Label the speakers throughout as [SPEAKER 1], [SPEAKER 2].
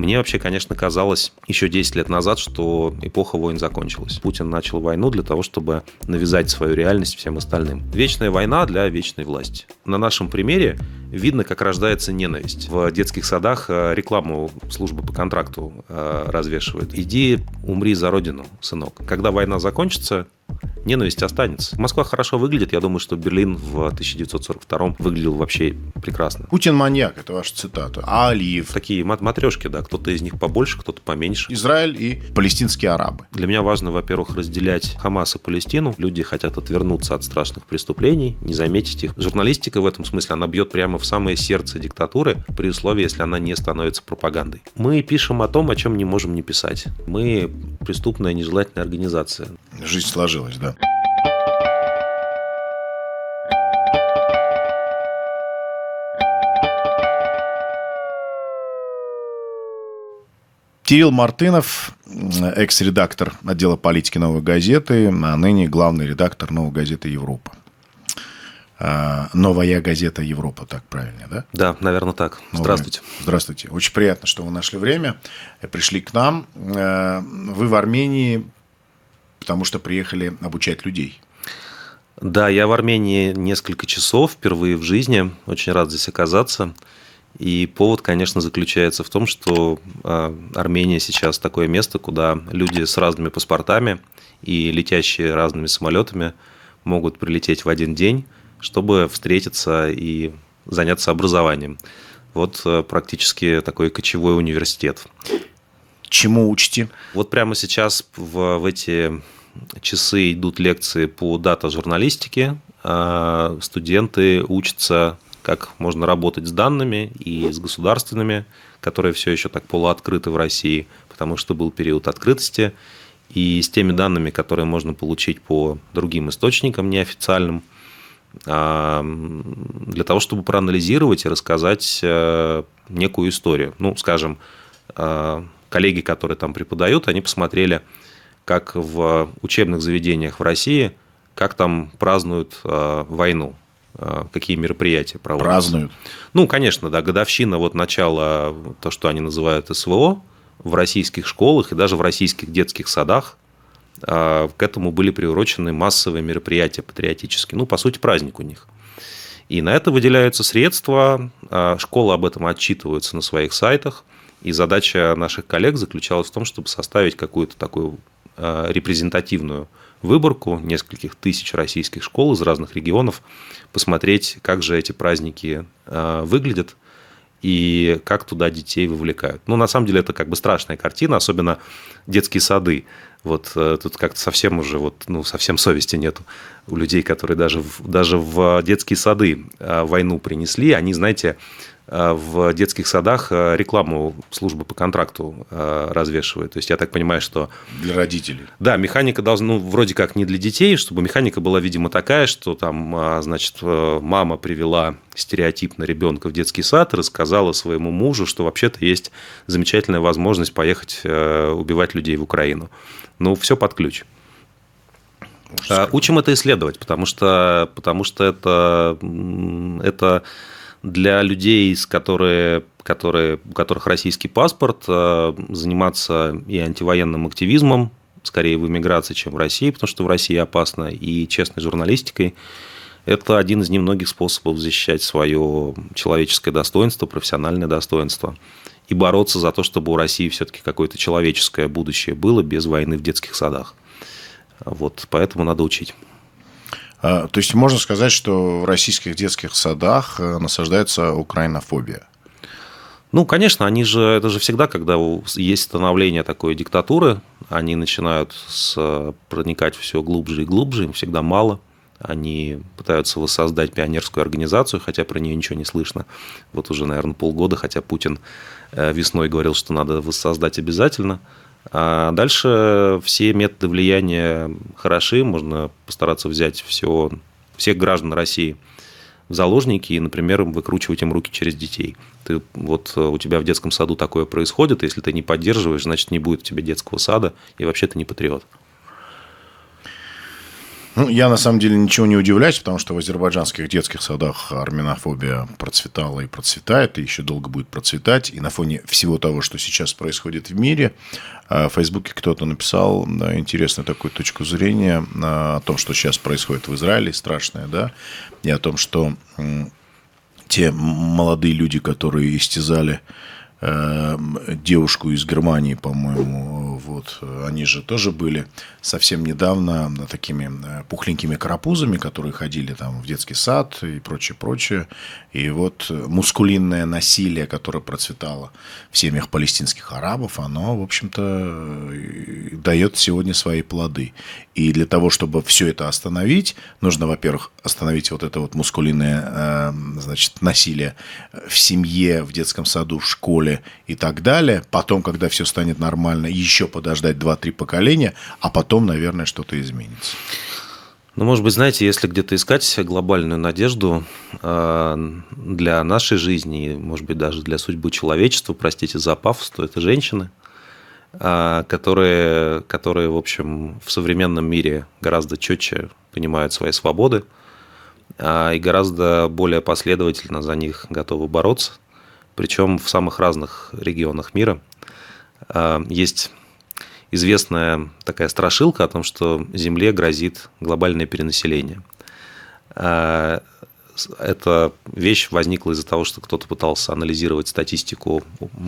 [SPEAKER 1] Мне вообще, конечно, казалось еще 10 лет назад, что эпоха войн закончилась. Путин начал войну для того, чтобы навязать свою реальность всем остальным. Вечная война для вечной власти. На нашем примере видно, как рождается ненависть. В детских садах рекламу службы по контракту развешивают. «Иди, умри за родину, сынок». Когда война закончится, ненависть останется. Москва хорошо выглядит. Я думаю, что Берлин в 1942 выглядел вообще прекрасно.
[SPEAKER 2] Путин маньяк, это ваша цитата. А Алиев?
[SPEAKER 1] Такие матрешки, да. Кто-то из них побольше, кто-то поменьше.
[SPEAKER 2] Израиль и палестинские арабы.
[SPEAKER 1] Для меня важно, во-первых, разделять Хамас и Палестину. Люди хотят отвернуться от страшных преступлений, не заметить их. Журналистика в этом смысле, она бьет прямо в самое сердце диктатуры, при условии, если она не становится пропагандой. Мы пишем о том, о чем не можем не писать. Мы преступная нежелательная организация.
[SPEAKER 2] Жизнь сложилась, да. Кирилл Мартынов, экс-редактор отдела политики «Новой газеты», а ныне главный редактор «Новой газеты Европа». «Новая газета Европа», так правильно, да?
[SPEAKER 1] Да, наверное, так. Здравствуйте.
[SPEAKER 2] Здравствуйте. Очень приятно, что вы нашли время, пришли к нам. Вы в Армении, потому что приехали обучать людей.
[SPEAKER 1] Да, я в Армении несколько часов, впервые в жизни. Очень рад здесь оказаться. И повод, конечно, заключается в том, что Армения сейчас такое место, куда люди с разными паспортами и летящие разными самолетами могут прилететь в один день, чтобы встретиться и заняться образованием. Вот практически такой кочевой университет.
[SPEAKER 2] Чему учите?
[SPEAKER 1] Вот прямо сейчас в эти часы идут лекции по дата-журналистике. Студенты учатся, как можно работать с данными и с государственными, которые все еще так полуоткрыты в России, потому что был период открытости, и с теми данными, которые можно получить по другим источникам неофициальным, для того, чтобы проанализировать и рассказать некую историю. Ну, скажем, коллеги, которые там преподают, они посмотрели, как в учебных заведениях в России, как там празднуют войну, какие мероприятия проводятся.
[SPEAKER 2] Празднуют?
[SPEAKER 1] Ну, конечно, да, годовщина вот начала, то, что они называют СВО, в российских школах и даже в российских детских садах к этому были приурочены массовые мероприятия патриотические. Ну, по сути, праздник у них. И на это выделяются средства, школы об этом отчитываются на своих сайтах, и задача наших коллег заключалась в том, чтобы составить какую-то такую репрезентативную выборку нескольких тысяч российских школ из разных регионов, посмотреть, как же эти праздники выглядят и как туда детей вовлекают. Ну, на самом деле, это как бы страшная картина, особенно детские сады. Вот тут как-то совсем уже, вот, ну, совсем совести нету у людей, которые даже в детские сады войну принесли. Они, знаете, в детских садах рекламу службы по контракту развешивают. То есть, я так понимаю, что...
[SPEAKER 2] Для родителей.
[SPEAKER 1] Да, механика должна, ну, вроде как не для детей, чтобы механика была, видимо, такая, что там, значит, мама привела стереотипно ребенка в детский сад и рассказала своему мужу, что вообще-то есть замечательная возможность поехать убивать людей в Украину. Ну, все под ключ. Учим это исследовать, потому что это для людей, у которых российский паспорт, заниматься и антивоенным активизмом, скорее в эмиграции, чем в России, потому что в России опасно, и честной журналистикой. Это один из немногих способов защищать свое человеческое достоинство, профессиональное достоинство и бороться за то, чтобы у России все-таки какое-то человеческое будущее было без войны в детских садах. Вот, поэтому надо учить.
[SPEAKER 2] То есть, можно сказать, что в российских детских садах насаждается украинофобия?
[SPEAKER 1] Ну, конечно, это же всегда, когда есть становление такой диктатуры, они начинают проникать все глубже и глубже, им всегда мало. Они пытаются воссоздать пионерскую организацию, хотя про нее ничего не слышно. Вот уже, наверное, полгода, хотя Путин весной говорил, что надо воссоздать обязательно. А дальше все методы влияния хороши, можно постараться взять всех граждан России в заложники и, например, выкручивать им руки через детей. Вот у тебя в детском саду такое происходит, если ты не поддерживаешь, значит, не будет у тебя детского сада, и вообще ты не патриот.
[SPEAKER 2] Ну, я на самом деле ничего не удивляюсь, потому что в азербайджанских детских садах армянофобия процветала и процветает, и еще долго будет процветать. И на фоне всего того, что сейчас происходит в мире, в Фейсбуке кто-то написал, да, интересную такую точку зрения о том, что сейчас происходит в Израиле, страшное, да, и о том, что те молодые люди, которые истязали девушку из Германии, по-моему, вот, они же тоже были совсем недавно такими пухленькими карапузами, которые ходили там в детский сад и прочее, прочее. И вот мускулинное насилие, которое процветало в семьях палестинских арабов, оно, в общем-то, дает сегодня свои плоды. И для того, чтобы все это остановить, нужно, во-первых, остановить вот это вот мускулинное, значит, насилие в семье, в детском саду, в школе и так далее. Потом, когда все станет нормально, еще подождать 2-3 поколения, а потом, наверное, что-то изменится.
[SPEAKER 1] Ну, может быть, знаете, если где-то искать глобальную надежду для нашей жизни, может быть, даже для судьбы человечества, простите за пафос, то это женщины, которые, в общем, в современном мире гораздо четче понимают свои свободы и гораздо более последовательно за них готовы бороться, причем в самых разных регионах мира. Есть известная такая страшилка о том, что Земле грозит глобальное перенаселение. Эта вещь возникла из-за того, что кто-то пытался анализировать статистику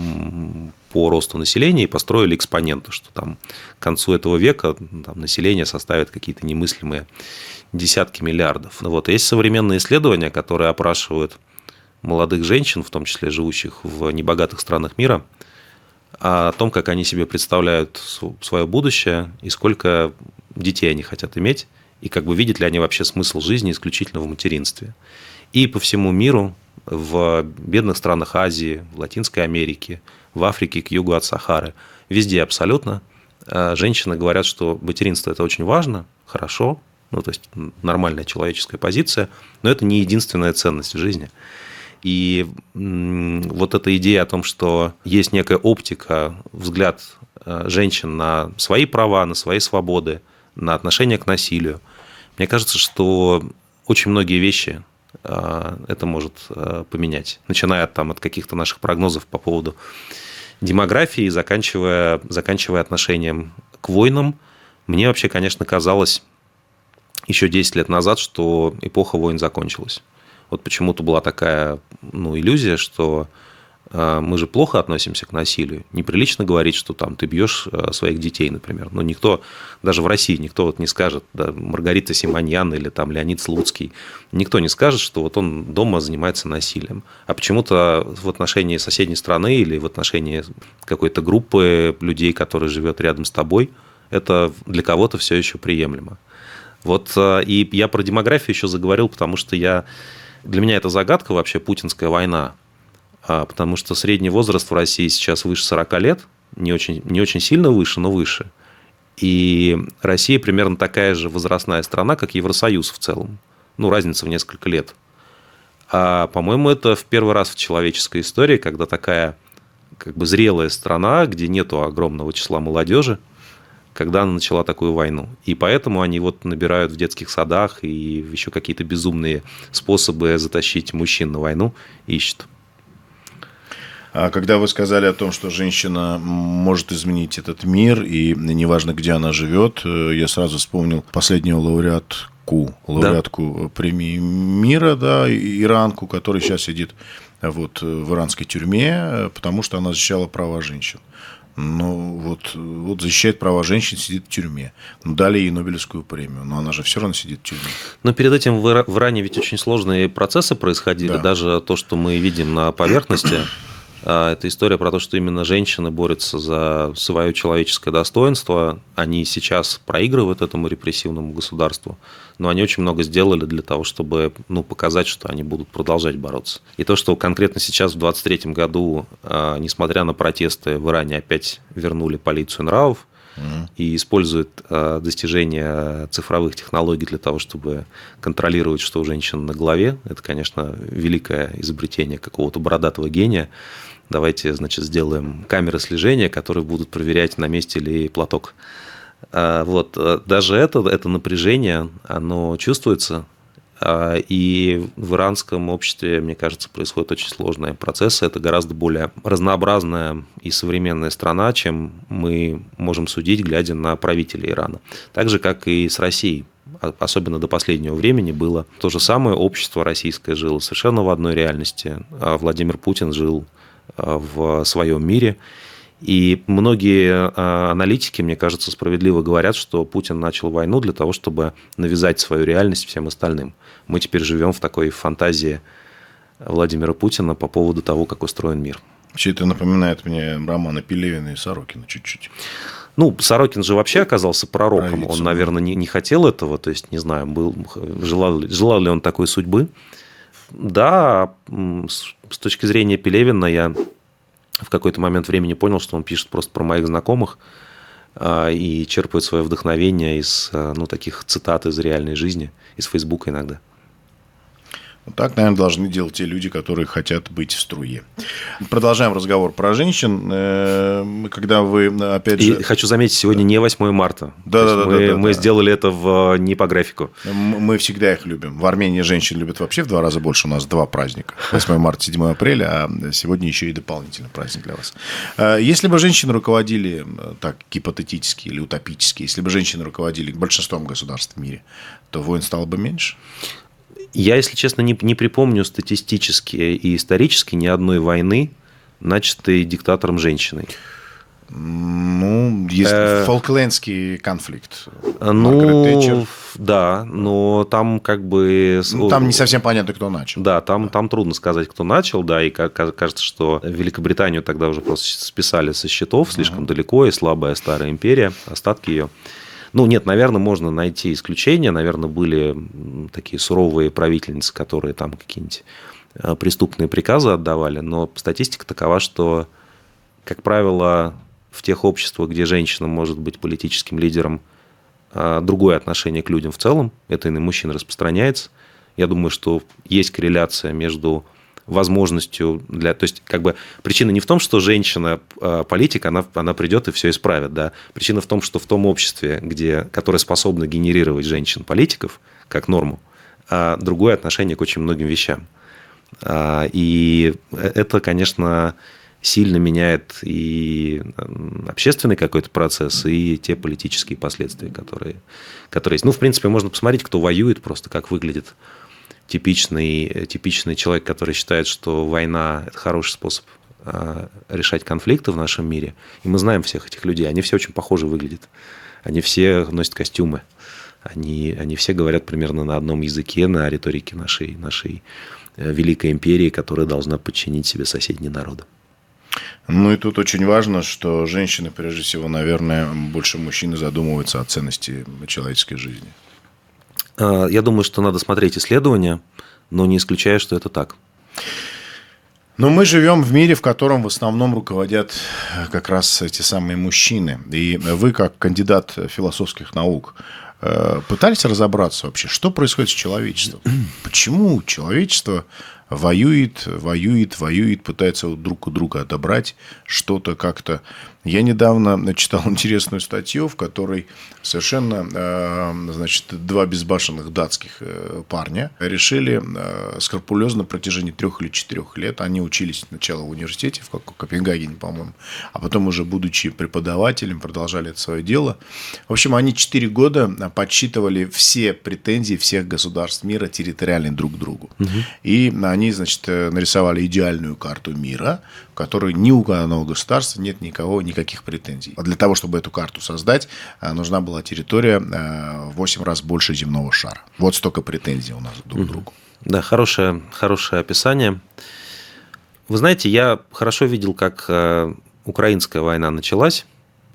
[SPEAKER 1] по росту населения и построили экспоненты, что там к концу этого века там, население составит какие-то немыслимые десятки миллиардов. Вот. Есть современные исследования, которые опрашивают молодых женщин, в том числе живущих в небогатых странах мира, о том, как они себе представляют свое будущее и сколько детей они хотят иметь, и как бы видят ли они вообще смысл жизни исключительно в материнстве. И по всему миру, в бедных странах Азии, в Латинской Америке, в Африке к югу от Сахары, везде абсолютно женщины говорят, что материнство – это очень важно, хорошо, ну, то есть нормальная человеческая позиция, но это не единственная ценность в жизни. И вот эта идея о том, что есть некая оптика, взгляд женщин на свои права, на свои свободы, на отношение к насилию, мне кажется, что очень многие вещи это может поменять, начиная от каких-то наших прогнозов по поводу демографии, заканчивая отношением к войнам. Мне вообще, конечно, казалось еще 10 лет назад, что эпоха войн закончилась. Вот почему-то была такая иллюзия, что мы же плохо относимся к насилию. Неприлично говорить, что там ты бьешь своих детей, например. Но никто, даже в России, никто вот не скажет, да, Маргарита Симоньян или там Леонид Слуцкий, никто не скажет, что вот он дома занимается насилием. А почему-то в отношении соседней страны или в отношении какой-то группы людей, которые живет рядом с тобой, это для кого-то все еще приемлемо. Вот и я про демографию еще заговорил, потому что для меня это загадка вообще путинская война. Потому что средний возраст в России сейчас выше 40 лет, не очень сильно выше, но выше. И Россия примерно такая же возрастная страна, как Евросоюз в целом. Разница в несколько лет. По-моему, это в первый раз в человеческой истории, когда такая как бы зрелая страна, где нету огромного числа молодежи, когда она начала такую войну. И поэтому они вот набирают в детских садах и еще какие-то безумные способы затащить мужчин на войну ищут.
[SPEAKER 2] А когда вы сказали о том, что женщина может изменить этот мир, и неважно, где она живет, я сразу вспомнил последнюю лауреатку премии мира, да, иранку, которая сейчас сидит вот в иранской тюрьме, потому что она защищала права женщин. Вот защищает права женщин, сидит в тюрьме. Дали ей Нобелевскую премию, но она же все равно сидит в тюрьме.
[SPEAKER 1] Но перед этим в Иране ведь очень сложные процессы происходили, да. Даже то, что мы видим на поверхности. Это история про то, что именно женщины борются за свое человеческое достоинство. Они сейчас проигрывают этому репрессивному государству, но они очень много сделали для того, чтобы показать, что они будут продолжать бороться. И то, что конкретно сейчас в 2023 году, несмотря на протесты, в Иране опять вернули полицию нравов и используют достижения цифровых технологий для того, чтобы контролировать, что у женщин на голове. Это, конечно, великое изобретение какого-то бородатого гения. Давайте, сделаем камеры слежения, которые будут проверять, на месте ли платок Вот, даже это напряжение, оно чувствуется. И в иранском обществе, мне кажется, происходят очень сложные процессы. Это гораздо более разнообразная и современная страна, чем мы можем судить, глядя на правителей Ирана. Так же, как и с Россией. Особенно до последнего времени было то же самое. Общество российское жило совершенно в одной реальности. Владимир Путин жил в своем мире. И многие аналитики, мне кажется, справедливо говорят, что Путин начал войну для того, чтобы навязать свою реальность всем остальным. Мы теперь живем в такой фантазии Владимира Путина по поводу того, как устроен мир.
[SPEAKER 2] Все это напоминает мне романы Пелевина и Сорокина чуть-чуть.
[SPEAKER 1] Ну, Сорокин же вообще оказался пророком. Он, наверное, не хотел этого. То есть, не знаю, желал ли он такой судьбы. Да, с точки зрения Пелевина я в какой-то момент времени понял, что он пишет просто про моих знакомых и черпает свое вдохновение из таких цитат из реальной жизни, из Фейсбука иногда.
[SPEAKER 2] Вот так, наверное, должны делать те люди, которые хотят быть в струе. Продолжаем разговор про женщин. Когда вы, опять же...
[SPEAKER 1] И хочу заметить, сегодня не 8 марта.
[SPEAKER 2] Да.
[SPEAKER 1] Мы сделали это не по графику.
[SPEAKER 2] Мы всегда их любим. В Армении женщин любят вообще в 2 раза больше. У нас 2 праздника. 8 марта, 7 апреля, а сегодня еще и дополнительный праздник для вас. Если бы женщины руководили, так гипотетически или утопически, если бы женщины руководили большинством государств в мире, то войн стало бы меньше?
[SPEAKER 1] Я, если честно, не припомню статистически и исторически ни одной войны, начатой диктатором женщиной.
[SPEAKER 2] Ну, есть Фолклендский конфликт.
[SPEAKER 1] Да, но там как бы...
[SPEAKER 2] там не совсем понятно, кто начал.
[SPEAKER 1] Да, там трудно сказать, кто начал, да, и кажется, что Великобританию тогда уже просто списали со счетов слишком далеко, и слабая старая империя, остатки ее. Ну, нет, наверное, можно найти исключения. Наверное, были такие суровые правительницы, которые там какие-нибудь преступные приказы отдавали. Но статистика такова, что, как правило, в тех обществах, где женщина может быть политическим лидером, другое отношение к людям в целом. Это и на мужчин распространяется. Я думаю, что есть корреляция между возможностью то есть, как бы причина не в том, что женщина политик, она придет и все исправит, да. Причина в том, что в том обществе, которое способно генерировать женщин-политиков как норму, другое отношение к очень многим вещам. И это, конечно, сильно меняет и общественный какой-то процесс, и те политические последствия, которые есть. Ну, в принципе, можно посмотреть, кто воюет, просто как выглядит типичный человек, который считает, что война – это хороший способ решать конфликты в нашем мире. И мы знаем всех этих людей. Они все очень похоже выглядят. Они все носят костюмы. Они все говорят примерно на одном языке, на риторике нашей великой империи, которая должна подчинить себе соседние народы.
[SPEAKER 2] Ну и тут очень важно, что женщины, прежде всего, наверное, больше мужчин задумываются о ценности человеческой жизни.
[SPEAKER 1] Я думаю, что надо смотреть исследования, но не исключаю, что это так.
[SPEAKER 2] Но мы живем в мире, в котором в основном руководят как раз эти самые мужчины. И вы, как кандидат философских наук, пытались разобраться вообще, что происходит с человечеством? Почему человечество воюет, пытается друг у друга отобрать что-то как-то. Я недавно читал интересную статью, в которой совершенно, 2 безбашенных датских парня решили скрупулезно на протяжении 3 или 4 лет, они учились сначала в университете, в Копенгагене, по-моему, а потом уже, будучи преподавателем, продолжали это свое дело. В общем, они 4 года подсчитывали все претензии всех государств мира территориально друг к другу. И они, нарисовали идеальную карту мира, в которой ни у одного государства нет никаких претензий. А для того, чтобы эту карту создать, нужна была территория в 8 раз больше земного шара. Вот столько претензий у нас друг к другу.
[SPEAKER 1] Да, хорошее описание. Вы знаете, я хорошо видел, как украинская война началась.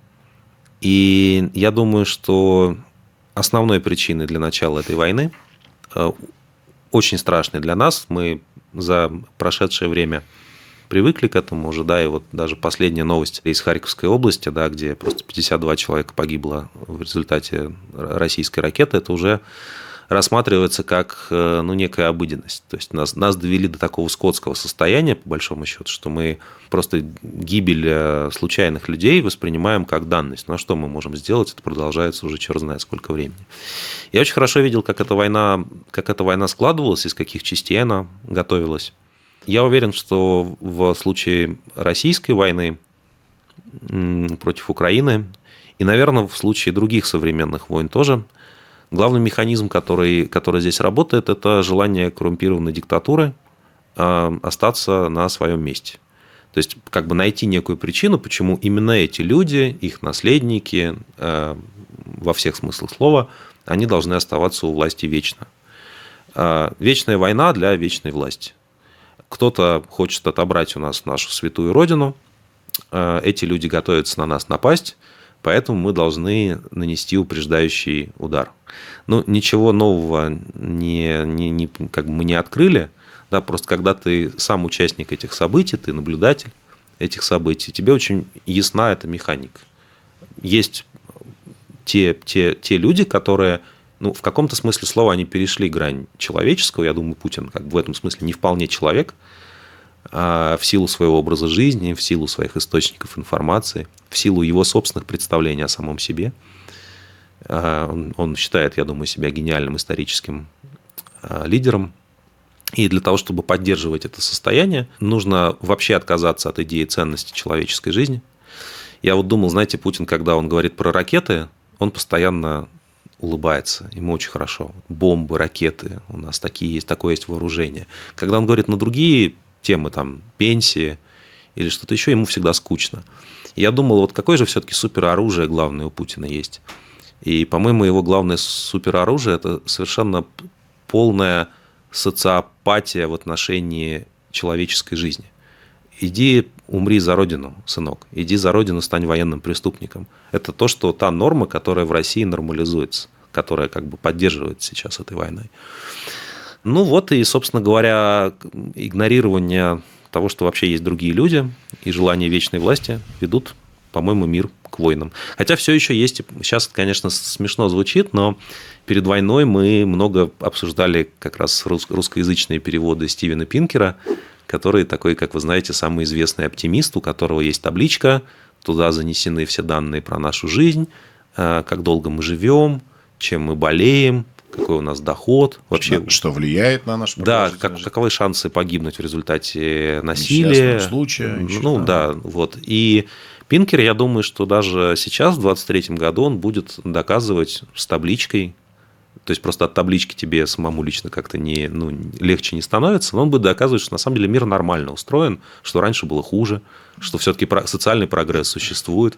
[SPEAKER 1] И я думаю, что основной причиной для начала этой войны, очень страшной для нас, мы за прошедшее время привыкли к этому уже, да, и вот даже последняя новость из Харьковской области, да, где просто 52 человека погибло в результате российской ракеты, это уже рассматривается как некая обыденность. То есть нас довели до такого скотского состояния, по большому счету, что мы просто гибель случайных людей воспринимаем как данность. Ну а что мы можем сделать? Это продолжается уже черт знает сколько времени. Я очень хорошо видел, как эта война складывалась, из каких частей она готовилась. Я уверен, что в случае российской войны против Украины и, наверное, в случае других современных войн тоже, главный механизм, который здесь работает, это желание коррумпированной диктатуры остаться на своем месте. То есть, как бы найти некую причину, почему именно эти люди, их наследники, во всех смыслах слова, они должны оставаться у власти вечно. Вечная война для вечной власти. Кто-то хочет отобрать у нас нашу святую родину, эти люди готовятся на нас напасть, поэтому мы должны нанести упреждающий удар. Ну, ничего нового как бы мы не открыли, да, просто когда ты сам участник этих событий, ты наблюдатель этих событий, тебе очень ясна эта механика. Есть те люди, которые, в каком-то смысле слова, они перешли грань человеческого. Я думаю, Путин как бы в этом смысле не вполне человек, в силу своего образа жизни, в силу своих источников информации, в силу его собственных представлений о самом себе. Он считает, я думаю, себя гениальным историческим лидером. И для того, чтобы поддерживать это состояние, нужно вообще отказаться от идеи ценности человеческой жизни. Я вот думал, знаете, Путин, когда он говорит про ракеты, он постоянно улыбается, ему очень хорошо. Бомбы, ракеты, у нас такое есть вооружение. Когда он говорит на другие темы, там, пенсии или что-то еще, ему всегда скучно. Я думал, вот какое же все-таки супероружие главное у Путина есть. И, по-моему, его главное супероружие – это совершенно полная социопатия в отношении человеческой жизни. Иди умри за родину, сынок. Иди за родину, стань военным преступником. Это та норма, которая в России нормализуется, которая как бы поддерживает сейчас этой войной. Ну вот и, собственно говоря, игнорирование того, что вообще есть другие люди, и желание вечной власти ведут, по-моему, мир к войнам. Хотя все еще есть, сейчас, конечно, смешно звучит, но перед войной мы много обсуждали как раз русскоязычные переводы Стивена Пинкера, который такой, как вы знаете, самый известный оптимист, у которого есть табличка, туда занесены все данные про нашу жизнь, как долго мы живем, чем мы болеем, какой у нас доход. Вообще,
[SPEAKER 2] что влияет на наш
[SPEAKER 1] продолжительность. Да, каковы шансы погибнуть в результате насилия.
[SPEAKER 2] Случая.
[SPEAKER 1] Вот. И Пинкер, я думаю, что даже сейчас, в 2023 году, он будет доказывать с табличкой, то есть просто от таблички тебе самому лично как-то легче не становится, но он будет доказывать, что на самом деле мир нормально устроен, что раньше было хуже, что все-таки социальный прогресс существует.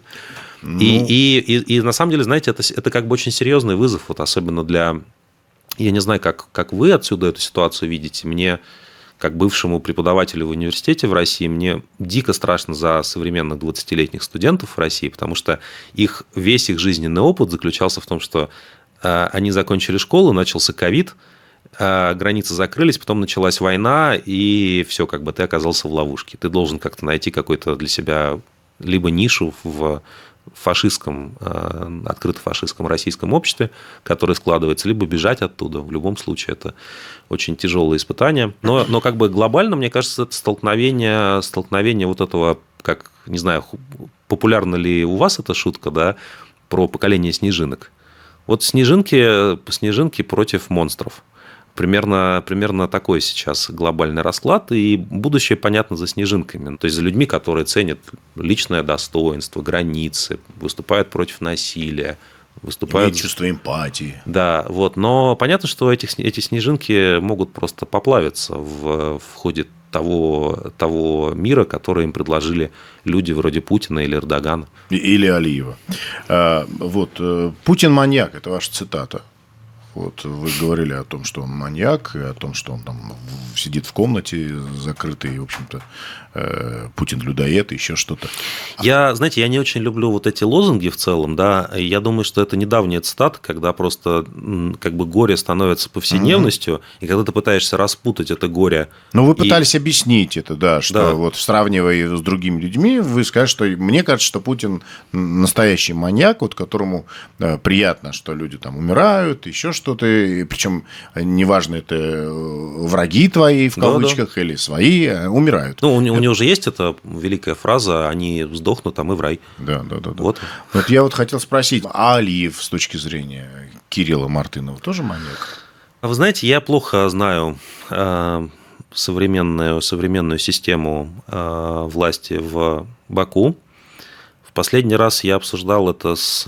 [SPEAKER 1] И на самом деле, знаете, это как бы очень серьезный вызов, вот особенно для... Я не знаю, как вы отсюда эту ситуацию видите. Мне, как бывшему преподавателю в университете в России, мне дико страшно за современных 20-летних студентов в России, потому что весь их жизненный опыт заключался в том, что они закончили школу, начался ковид, границы закрылись, потом началась война, и все, как бы ты оказался в ловушке. Ты должен как-то найти какой-то для себя либо нишу в фашистском, открыто фашистском российском обществе, которое складывается, либо бежать оттуда. В любом случае, это очень тяжелое испытание. Но как бы глобально, мне кажется, это столкновение вот этого, как, не знаю, популярна ли у вас эта шутка, да, про поколение снежинок. Вот снежинки против монстров. Примерно такой сейчас глобальный расклад, и будущее понятно за снежинками. То есть за людьми, которые ценят личное достоинство, границы, выступают против насилия,
[SPEAKER 2] имеют чувство эмпатии.
[SPEAKER 1] Да, вот. Но понятно, что эти снежинки могут просто поплавиться в ходе того мира, который им предложили люди вроде Путина или Эрдогана.
[SPEAKER 2] Или Алиева. Путин маньяк, это ваша цитата. Вот вы говорили о том, что он маньяк, о том, что он там сидит в комнате закрытой, в общем-то, Путин-людоед, еще что-то.
[SPEAKER 1] Я не очень люблю вот эти лозунги в целом, да. Я думаю, что это недавняя цитата, когда просто как бы горе становится повседневностью, и когда ты пытаешься распутать это горе.
[SPEAKER 2] Ну, вы пытались объяснить это, да, что да. Вот сравнивая с другими людьми, вы скажете, что мне кажется, что Путин настоящий маньяк, вот которому приятно, что люди там умирают, еще что ты, причем неважно, это враги твои, в кавычках, или свои, умирают.
[SPEAKER 1] Ну, у него же есть эта великая фраза: они сдохнут, а мы в рай.
[SPEAKER 2] Да. Вот я вот хотел спросить, а Алиев с точки зрения Кирилла Мартынова тоже маньяк?
[SPEAKER 1] А вы знаете, я плохо знаю современную систему власти в Баку. В последний раз я обсуждал это с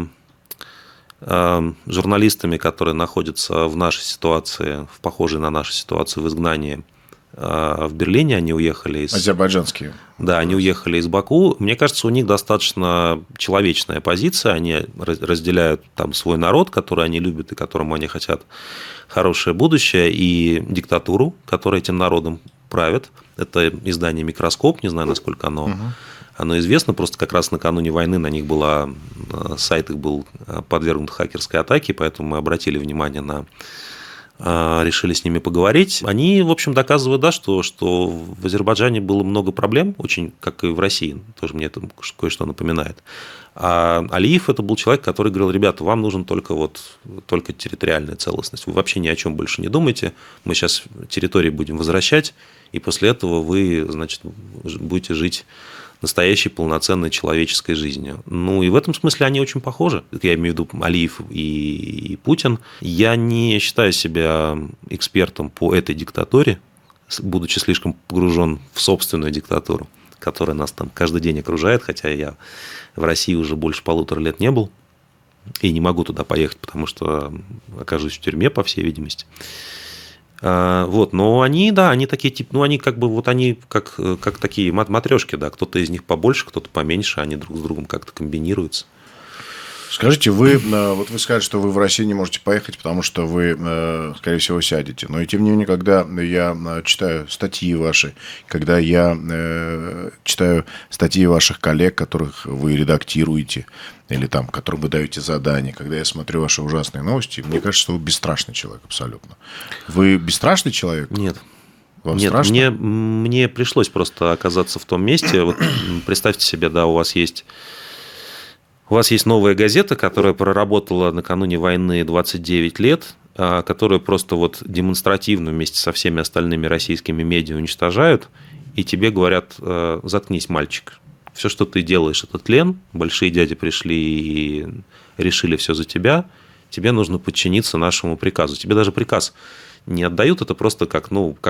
[SPEAKER 1] журналистами, которые находятся в нашей ситуации, в похожей на нашу ситуацию в изгнании в Берлине. Они уехали из...
[SPEAKER 2] Азербайджанские.
[SPEAKER 1] Да, они уехали из Баку. Мне кажется, у них достаточно человечная позиция. Они разделяют там свой народ, который они любят и которому они хотят хорошее будущее, и диктатуру, которая этим народом правит. Это издание «Микроскоп», не знаю, насколько оно известно. Просто как раз накануне войны на них сайт их был подвергнут хакерской атаке, поэтому мы обратили внимание решили с ними поговорить. Они, в общем, доказывают, да, что в Азербайджане было много проблем, очень, как и в России, тоже мне это кое-что напоминает. А Алиев – это был человек, который говорил: ребята, вам нужен только территориальная целостность, вы вообще ни о чем больше не думайте, мы сейчас территории будем возвращать, и после этого вы, значит, будете жить настоящей полноценной человеческой жизнью. Ну, и в этом смысле они очень похожи. Я имею в виду Алиев и Путин. Я не считаю себя экспертом по этой диктатуре, будучи слишком погружен в собственную диктатуру, которая нас там каждый день окружает, хотя я в России уже больше 1,5 лет не был и не могу туда поехать, потому что окажусь в тюрьме, по всей видимости. Вот, но они, да, они такие, они как бы, вот они как такие матрешки, да, кто-то из них побольше, кто-то поменьше, они друг с другом как-то комбинируются.
[SPEAKER 2] Скажите, вы сказали, что вы в Россию не можете поехать, потому что вы, скорее всего, сядете. Но и тем не менее, когда я читаю статьи ваши, когда я читаю статьи ваших коллег, которых вы редактируете, или там, которым вы даете задания, когда я смотрю ваши ужасные новости, мне кажется, что вы бесстрашный человек абсолютно. Вы бесстрашный человек?
[SPEAKER 1] Нет.
[SPEAKER 2] Вам
[SPEAKER 1] Нет,
[SPEAKER 2] страшно?
[SPEAKER 1] мне пришлось просто оказаться в том месте. Вот представьте себе, да, у вас есть новая газета, которая проработала накануне войны 29 лет, которую просто вот демонстративно вместе со всеми остальными российскими медиа уничтожают, и тебе говорят: заткнись, мальчик. Все, что ты делаешь, это тлен. Большие дяди пришли и решили все за тебя. Тебе нужно подчиниться нашему приказу. Тебе даже приказ не отдают, это просто как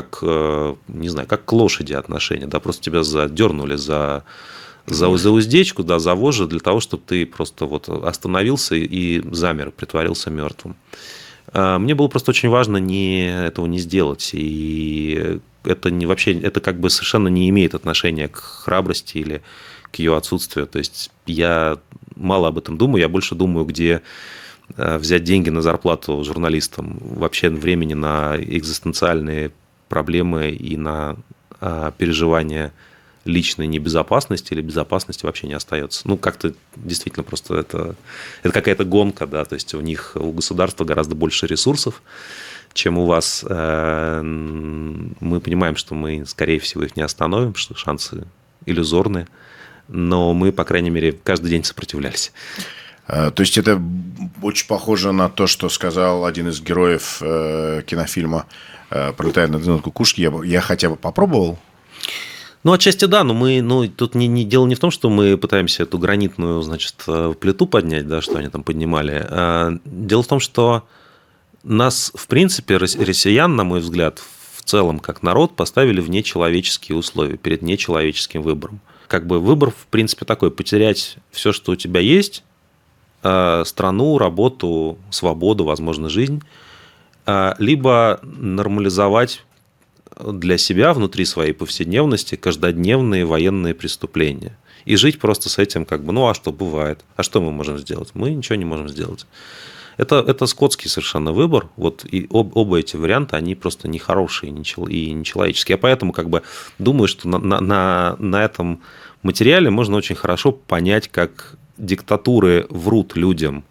[SPEAKER 1] не знаю, как к лошади отношения. Да, просто тебя задернули за уздечку, да, за вожжи, для того, чтобы ты просто вот остановился и замер, притворился мертвым. Мне было просто очень важно этого не сделать. И это как бы совершенно не имеет отношения к храбрости или к ее отсутствию. То есть я мало об этом думаю, я больше думаю, где взять деньги на зарплату журналистам, вообще времени на экзистенциальные проблемы и на переживания личной небезопасности или безопасности вообще не остается. Ну, как-то действительно просто это какая-то гонка, да, то есть у государства гораздо больше ресурсов, чем у вас. Мы понимаем, что мы, скорее всего, их не остановим, что шансы иллюзорные, но мы, по крайней мере, каждый день сопротивлялись.
[SPEAKER 2] То есть это очень похоже на то, что сказал один из героев кинофильма «Пролетая над одной кукушки». Я хотя бы попробовал.
[SPEAKER 1] Ну, отчасти да, но тут дело не в том, что мы пытаемся эту гранитную, значит, плиту поднять, да, что они там поднимали. Дело в том, что нас, в принципе, россиян, на мой взгляд, в целом, как народ, поставили в нечеловеческие условия, перед нечеловеческим выбором. Как бы выбор, в принципе, такой: потерять все, что у тебя есть, страну, работу, свободу, возможно, жизнь, либо нормализовать для себя внутри своей повседневности каждодневные военные преступления и жить просто с этим, как бы, а что бывает, а что мы можем сделать? Мы ничего не можем сделать. Это скотский совершенно выбор, вот, и оба эти варианта, они просто нехорошие и нечеловеческие. Я поэтому как бы думаю, что на этом материале можно очень хорошо понять, как диктатуры врут людям,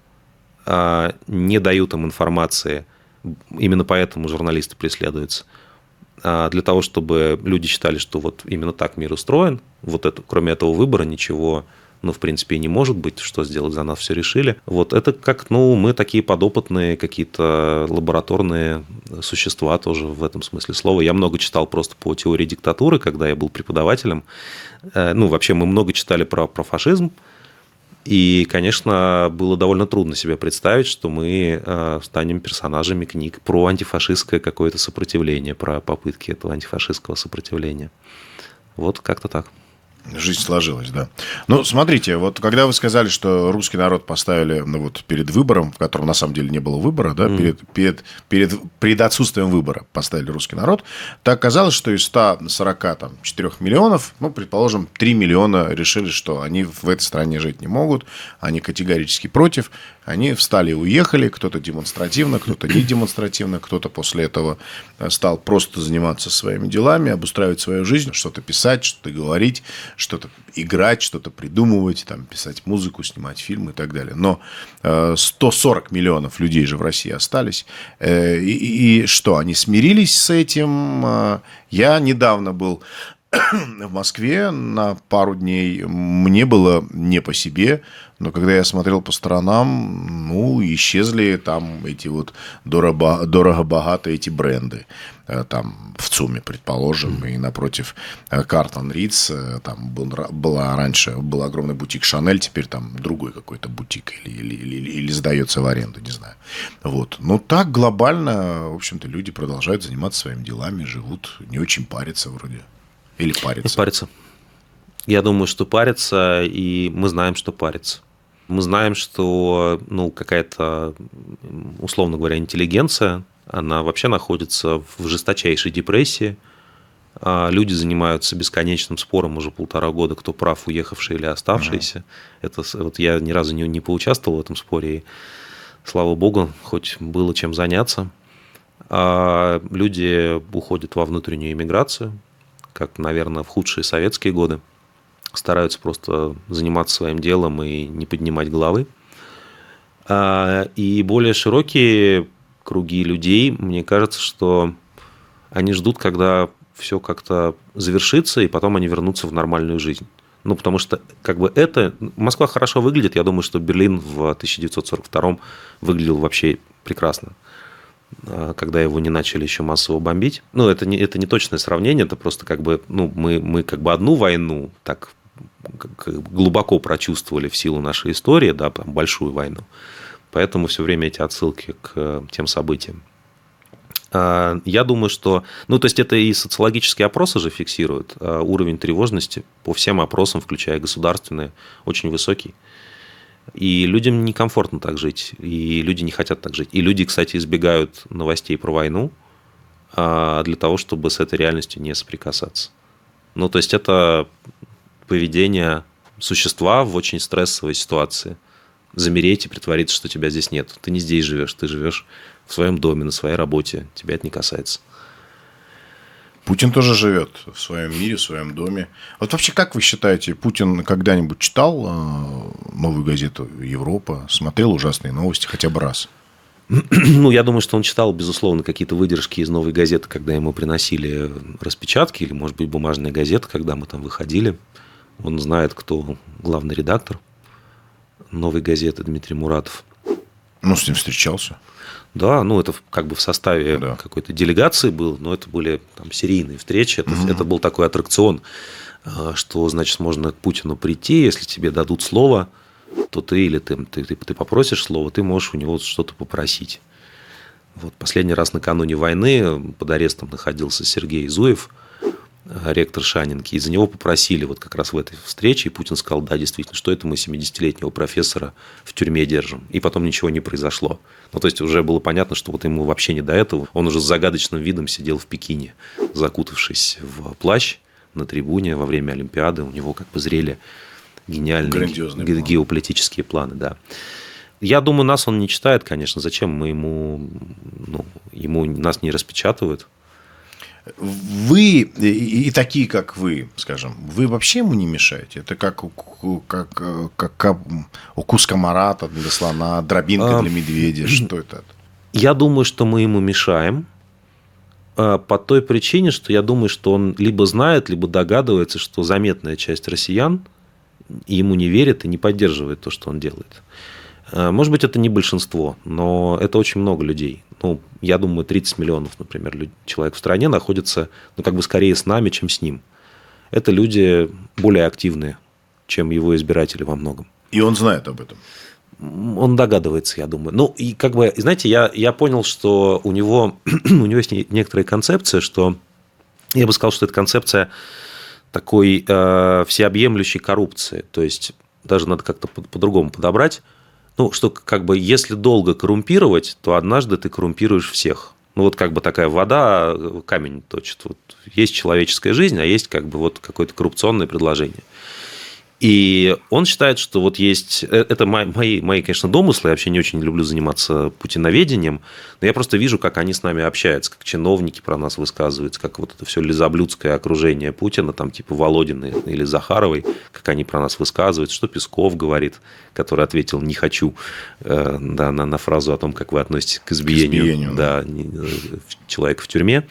[SPEAKER 1] не дают им информации, именно поэтому журналисты преследуются, для того, чтобы люди считали, что вот именно так мир устроен, кроме этого выбора ничего в принципе, и не может быть, что сделать за нас все решили. Вот это как, мы такие подопытные какие-то лабораторные существа тоже в этом смысле слова. Я много читал просто по теории диктатуры, когда я был преподавателем. Вообще мы много читали про фашизм. И, конечно, было довольно трудно себе представить, что мы станем персонажами книг про антифашистское какое-то сопротивление, про попытки этого антифашистского сопротивления. Вот как-то так.
[SPEAKER 2] Жизнь сложилась, да. Ну, смотрите, вот когда вы сказали, что русский народ поставили перед выбором, в котором на самом деле не было выбора, да, перед отсутствием выбора поставили русский народ, так оказалось, что из 144 миллионов, предположим, 3 миллиона решили, что они в этой стране жить не могут, они категорически против, они встали и уехали, кто-то демонстративно, кто-то не демонстративно, кто-то после этого стал просто заниматься своими делами, обустраивать свою жизнь, что-то писать, что-то говорить, что-то играть, что-то придумывать, писать музыку, снимать фильмы и так далее. Но 140 миллионов людей же в России остались. И что, они смирились с этим? Я недавно был в Москве на пару дней. Мне было не по себе, но когда я смотрел по сторонам, исчезли там эти дорого-богатые эти бренды. Там в ЦУМе, предположим, и напротив Картон Ридс, там был огромный бутик Шанель, теперь там другой какой-то бутик или сдается в аренду, не знаю. Вот. Но так глобально, в общем-то, люди продолжают заниматься своими делами, живут, не очень парятся вроде. Или парятся?
[SPEAKER 1] Парятся. Я думаю, что парятся, и мы знаем, что парятся. Мы знаем, что какая-то, условно говоря, интеллигенция, она вообще находится в жесточайшей депрессии. Люди занимаются бесконечным спором уже 1,5 года, кто прав, уехавший или оставшийся. Это я ни разу не поучаствовал в этом споре, и, слава богу, хоть было чем заняться. Люди уходят во внутреннюю эмиграцию, как, наверное, в худшие советские годы. Стараются просто заниматься своим делом и не поднимать головы. И более широкие круги людей, мне кажется, что они ждут, когда все как-то завершится, и потом они вернутся в нормальную жизнь. Потому что Москва хорошо выглядит. Я думаю, что Берлин в 1942 выглядел вообще прекрасно, когда его не начали еще массово бомбить. Это не точное сравнение, это просто мы одну войну так глубоко прочувствовали в силу нашей истории, да, большую войну. Поэтому все время эти отсылки к тем событиям. Я думаю, что... то есть, это и социологические опросы же фиксируют. Уровень тревожности по всем опросам, включая государственные, очень высокий. И людям некомфортно так жить, и люди не хотят так жить. И люди, кстати, избегают новостей про войну для того, чтобы с этой реальностью не соприкасаться. То есть, это поведение существа в очень стрессовой ситуации. Замереть и притвориться, что тебя здесь нет. Ты не здесь живешь, ты живешь в своем доме, на своей работе. Тебя это не касается.
[SPEAKER 2] Путин тоже живет в своем мире, в своем доме. Вот вообще, как вы считаете, Путин когда-нибудь читал новую газету «Европа», смотрел ужасные новости хотя бы раз?
[SPEAKER 1] Я думаю, что он читал, безусловно, какие-то выдержки из новой газеты, когда ему приносили распечатки, или, может быть, бумажная газета, когда мы там выходили. Он знает, кто главный редактор новой газеты Дмитрий Муратов.
[SPEAKER 2] С ним встречался.
[SPEAKER 1] Да, это в составе какой-то делегации был, но это были серийные встречи. Это был такой аттракцион, что, значит, можно к Путину прийти, если тебе дадут слово, то ты попросишь слово, ты можешь у него что-то попросить. Последний раз накануне войны под арестом находился Сергей Зуев, ректор Шанинки, и за него попросили как раз в этой встрече, и Путин сказал: да, действительно, что это мы 70-летнего профессора в тюрьме держим, и потом ничего не произошло. То есть, уже было понятно, что ему вообще не до этого. Он уже с загадочным видом сидел в Пекине, закутавшись в плащ на трибуне во время Олимпиады, у него зрели гениальные геополитические планы, да. Я думаю, нас он не читает, конечно, зачем мы ему нас не распечатывают.
[SPEAKER 2] Вы и такие, как вы, скажем, вы вообще ему не мешаете? Это как укус комара для слона, дробинка для медведя. Что это?
[SPEAKER 1] Я думаю, что мы ему мешаем по той причине, что я думаю, что он либо знает, либо догадывается, что заметная часть россиян ему не верит и не поддерживает то, что он делает. Может быть, это не большинство, но это очень много людей. Ну, я думаю, 30 миллионов, например, человек в стране находится, ну, как бы скорее с нами, чем с ним. Это люди более активные, чем его избиратели во многом.
[SPEAKER 2] И он знает об этом.
[SPEAKER 1] Он догадывается, я думаю. Ну, и как бы, знаете, я понял, что у него есть некоторая концепция, что, я бы сказал, что это концепция такой всеобъемлющей коррупции. То есть, даже надо как-то по-другому подобрать. Ну, что как бы, если долго коррумпировать, то однажды ты коррумпируешь всех. Ну, вот как бы такая вода камень точит. Вот есть человеческая жизнь, а есть как бы вот какое-то коррупционное предложение. И он считает, что вот есть... Это мои, конечно, домыслы. Я вообще не очень люблю заниматься путиноведением. Но я просто вижу, как они с нами общаются, как чиновники про нас высказываются, как вот это все лизоблюдское окружение Путина, там типа Володиной или Захаровой, как они про нас высказываются, что Песков говорит, который ответил «не хочу», да, на фразу о том, как вы относитесь к избиению, да, человека в тюрьме.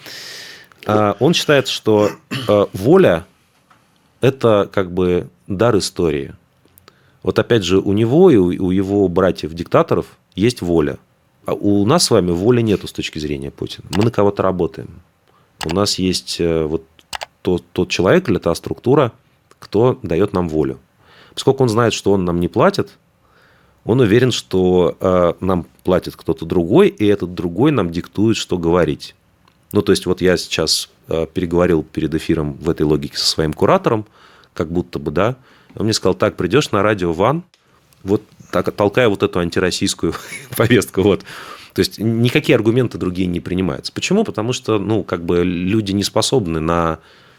[SPEAKER 1] Он считает, что воля – это как бы дар истории. Вот опять же, у него и у его братьев-диктаторов есть воля. А у нас с вами воли нету с точки зрения Путина. Мы на кого-то работаем. У нас есть вот тот человек или та структура, кто дает нам волю. Поскольку он знает, что он нам не платит, он уверен, что нам платит кто-то другой, и этот другой нам диктует, что говорить. Ну, то есть, вот я сейчас переговорил перед эфиром в этой логике со своим куратором, как будто бы, да. Он мне сказал, так, придешь на радио Ван, вот так, толкая вот эту антироссийскую повестку, вот. То есть, никакие аргументы другие не принимаются. Почему? Потому что, ну, как бы люди не способны на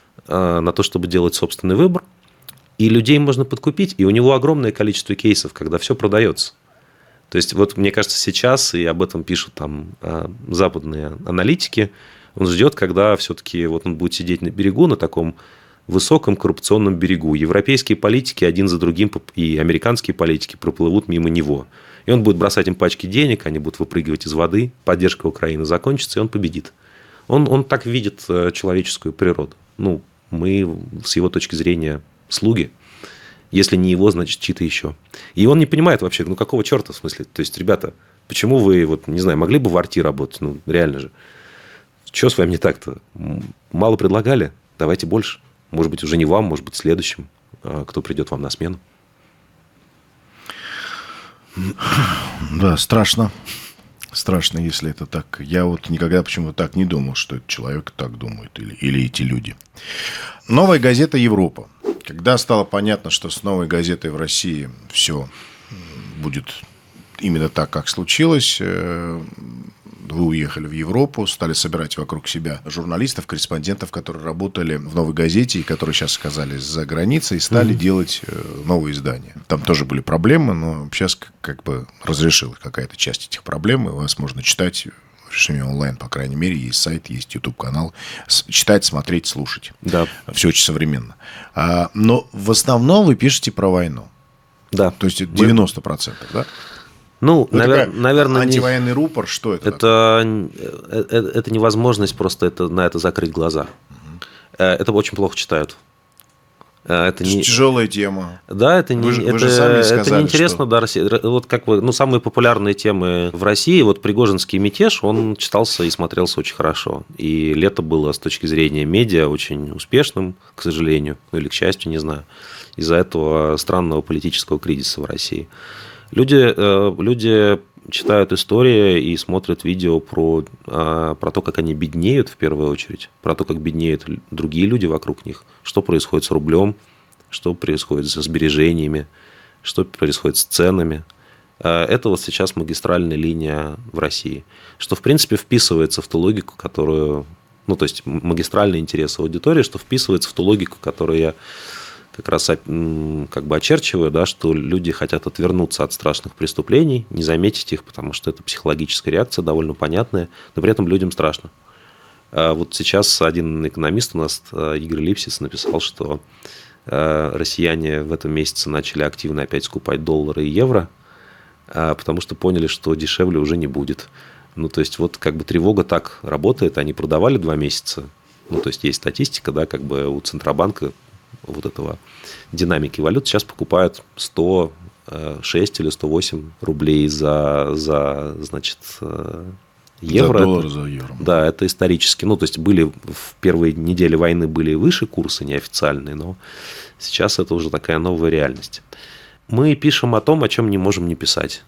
[SPEAKER 1] то, чтобы делать собственный выбор, и людей можно подкупить, и у него огромное количество кейсов, когда все продается. То есть, вот мне кажется, сейчас, и об этом пишут там западные аналитики, он ждет, когда все-таки вот он будет сидеть на берегу, на таком высоком коррупционном берегу. Европейские политики один за другим и американские политики проплывут мимо него. И он будет бросать им пачки денег, они будут выпрыгивать из воды, поддержка Украины закончится, и он победит. Он так видит человеческую природу. Ну, мы, с его точки зрения, слуги. Если не его, значит, чьи-то еще. И он не понимает вообще, ну, какого черта, в смысле? То есть, ребята, почему вы, вот, не знаю, могли бы в арти работать? Ну, реально же. Что с вами не так-то? Мало предлагали? Давайте больше. Может быть, уже не вам, может быть, следующим, кто придет вам на смену.
[SPEAKER 2] Да, страшно. Страшно, если это так. Я вот никогда почему-то так не думал, что этот человек так думает. Или эти люди. Новая газета «Европа». Когда стало понятно, что с новой газетой в России все будет именно так, как случилось, вы уехали в Европу, стали собирать вокруг себя журналистов, корреспондентов, которые работали в «Новой газете» и которые сейчас оказались за границей, и стали делать новые издания. Там тоже были проблемы, но сейчас как бы разрешилась какая-то часть этих проблем, и вас можно читать в режиме онлайн, по крайней мере, есть сайт, есть YouTube-канал. Читать, смотреть, слушать.
[SPEAKER 1] Да.
[SPEAKER 2] Все очень современно. Но в основном вы пишете про войну.
[SPEAKER 1] Да.
[SPEAKER 2] То есть 90%, да?
[SPEAKER 1] Ну, наверное,
[SPEAKER 2] антивоенный рупор, что это?
[SPEAKER 1] Это невозможность просто на это закрыть глаза. Это очень плохо читают.
[SPEAKER 2] Это тяжелая тема.
[SPEAKER 1] Да, это не,
[SPEAKER 2] вы же сами сказали,
[SPEAKER 1] это неинтересно, что... да, вот как вы, ну, самые популярные темы в России, вот Пригожинский мятеж, он читался и смотрелся очень хорошо. И лето было с точки зрения медиа очень успешным, к сожалению, ну или к счастью, не знаю, из-за этого странного политического кризиса в России. Люди читают истории и смотрят видео про то, как они беднеют в первую очередь, про то, как беднеют другие люди вокруг них, что происходит с рублем, что происходит со сбережениями, что происходит с ценами. Это вот сейчас магистральная линия в России, что, в принципе, вписывается в ту логику, которую... Ну, то есть, магистральный интерес аудитории, что вписывается в ту логику, которую я как раз как бы очерчиваю, да, что люди хотят отвернуться от страшных преступлений, не заметить их, потому что это психологическая реакция довольно понятная, но при этом людям страшно. Вот сейчас один экономист у нас, Игорь Липсиц, написал, что россияне в этом месяце начали активно опять скупать доллары и евро, потому что поняли, что дешевле уже не будет. Ну, то есть, вот как бы тревога так работает, они продавали 2 месяца, ну, то есть, есть статистика, да, как бы у Центробанка вот этого динамики валют, сейчас покупают 106 или 108 рублей за значит, евро.
[SPEAKER 2] За доллар, за евро.
[SPEAKER 1] Да, это исторически. Ну, то есть, были в первые недели войны были выше курсы неофициальные, но сейчас это уже такая новая реальность. Мы пишем о том, о чем не можем не писать.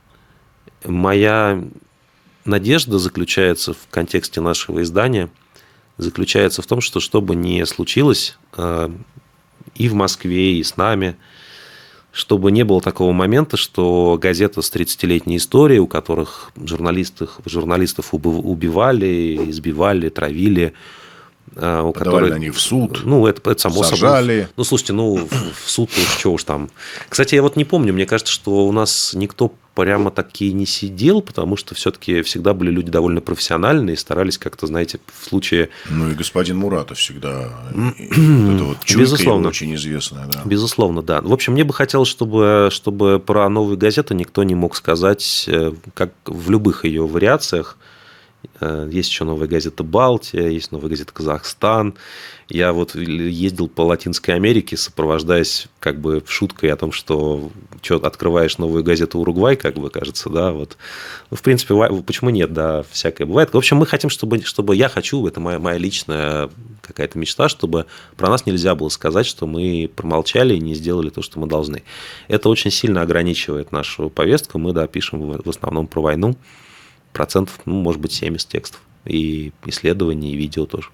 [SPEAKER 1] Моя надежда заключается в контексте нашего издания, заключается в том, что бы ни случилось и в Москве, и с нами, чтобы не было такого момента, что газета с 30-летней историей, у которых журналистов убивали, избивали, травили,
[SPEAKER 2] у которых... на них в суд,
[SPEAKER 1] ну, это само
[SPEAKER 2] сажали.
[SPEAKER 1] собой. Ну, слушайте, в суд, что уж там. Кстати, я вот не помню, мне кажется, что у нас никто прямо таки не сидел, потому что все-таки всегда были люди довольно профессиональные и старались как-то, знаете, в случае...
[SPEAKER 2] Ну, и господин Муратов всегда... Это вот чуйка его очень известная. Да.
[SPEAKER 1] Безусловно, да. В общем, мне бы хотелось, чтобы про новую газету никто не мог сказать, как в любых ее вариациях. Есть еще новая газета «Балтия», есть новая газета «Казахстан». Я вот ездил по Латинской Америке, сопровождаясь как бы шуткой о том, что открываешь новую газету «Уругвай», как бы кажется, да, вот. Ну, в принципе, почему нет, да, всякое бывает. В общем, мы хотим, чтобы я хочу, это моя личная какая-то мечта, чтобы про нас нельзя было сказать, что мы промолчали и не сделали то, что мы должны. Это очень сильно ограничивает нашу повестку. Мы, да, пишем в основном про войну. Процентов, ну, может быть, 70 текстов. И исследований, и видео тоже.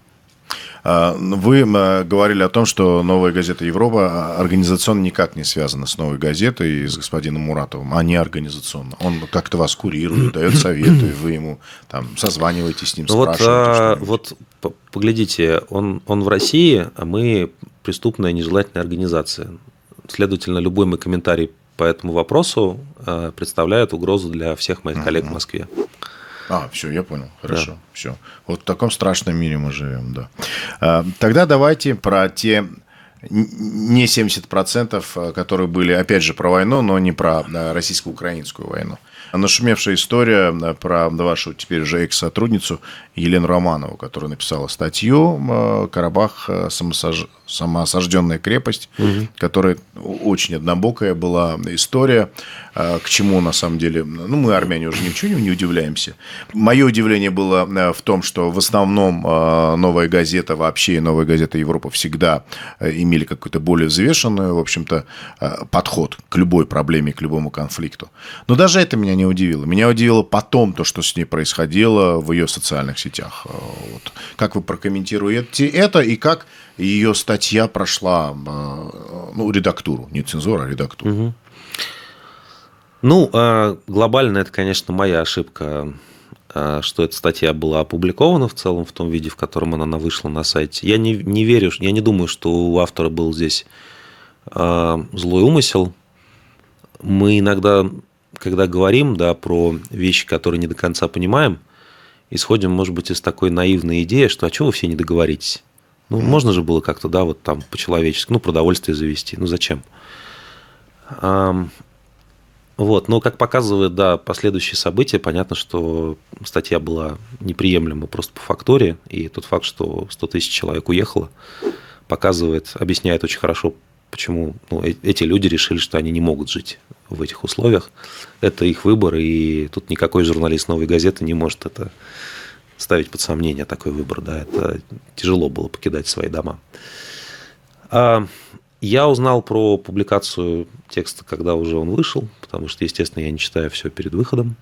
[SPEAKER 2] Вы говорили о том, что новая газета «Европа» организационно никак не связана с новой газетой и с господином Муратовым, а не организационно. Он как-то вас курирует, дает советы, вы ему там созваниваетесь с ним, спрашиваете.
[SPEAKER 1] Вот поглядите, он в России, а мы преступная нежелательная организация. Следовательно, любой мой комментарий по этому вопросу представляет угрозу для всех моих коллег в Москве.
[SPEAKER 2] Все, я понял. Хорошо. Да. Все. Вот в таком страшном мире мы живем, да. Тогда давайте про те не 70%, которые были, опять же, про войну, но не про российско-украинскую войну. Нашумевшая история про вашу теперь уже экс-сотрудницу Елену Романову, которая написала статью «Карабах. Самоосажденная крепость», которая очень однобокая была история, к чему, на самом деле, ну, мы, армяне, уже ничего не удивляемся. Мое удивление было в том, что в основном «Новая газета» вообще и «Новая газета Европа» всегда имели какой-то более взвешенный, в общем-то, подход к любой проблеме, к любому конфликту. Но даже это меня не удивило. Меня удивило потом то, что с ней происходило в ее социальных сетях. Вот. Как вы прокомментируете это и как ее статья прошла редактуру, не цензуру, а редактуру?
[SPEAKER 1] Угу. Ну, глобально это, конечно, моя ошибка, что эта статья была опубликована в целом в том виде, в котором она вышла на сайте. Я не верю, я не думаю, что у автора был здесь злой умысел. Мы иногда, когда говорим, да, про вещи, которые не до конца понимаем, исходим, может быть, из такой наивной идеи, что а чего вы все не договоритесь? Ну, можно же было как-то, да, вот там по-человечески, продовольствие завести, зачем? Вот, но, как показывает, да, последующие события, понятно, что статья была неприемлема просто по фактуре, и тот факт, что 100 тысяч человек уехало, объясняет очень хорошо, почему эти люди решили, что они не могут жить в этих условиях. Это их выбор, и тут никакой журналист «Новой газеты» не может это ставить под сомнение, такой выбор. Да, это тяжело было покидать свои дома. Я узнал про публикацию текста, когда уже он вышел, потому что, естественно, я не читаю все перед выходом.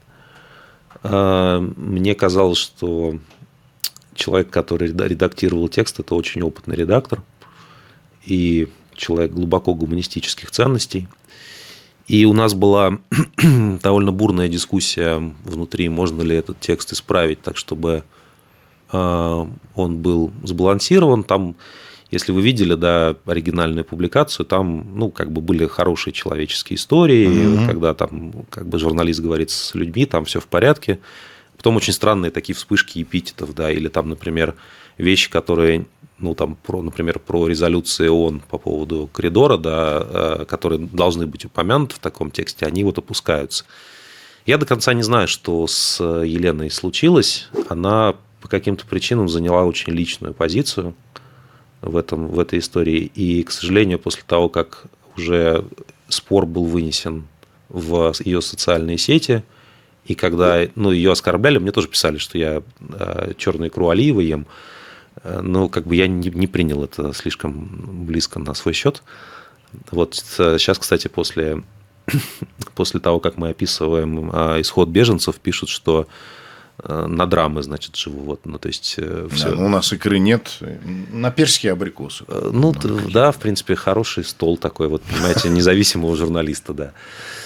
[SPEAKER 1] Мне казалось, что человек, который редактировал текст, это очень опытный редактор и человек глубоко гуманистических ценностей. И у нас была довольно бурная дискуссия внутри, можно ли этот текст исправить так, чтобы он был сбалансирован. Там, если вы видели, да, оригинальную публикацию, там, были хорошие человеческие истории, когда там, журналист говорит с людьми, там все в порядке. Потом очень странные такие вспышки эпитетов, да, или там, например, вещи, которые, например, про резолюции ООН по поводу коридора, да, которые должны быть упомянуты в таком тексте, они опускаются. Я до конца не знаю, что с Еленой случилось. Она по каким-то причинам заняла очень личную позицию в этой истории. И, к сожалению, после того, как уже спор был вынесен в ее социальные сети, и когда ее оскорбляли, мне тоже писали, что я черную икру Алиева ем, но как бы я не принял это слишком близко на свой счет. Вот сейчас, кстати, после того, как мы описываем исход беженцев, пишут, что на драмы, значит, живу. Вот, то есть, все.
[SPEAKER 2] Да, у нас икры нет, на персикие абрикосы.
[SPEAKER 1] Да, в принципе, хороший стол такой, вот, понимаете, независимого журналиста, да.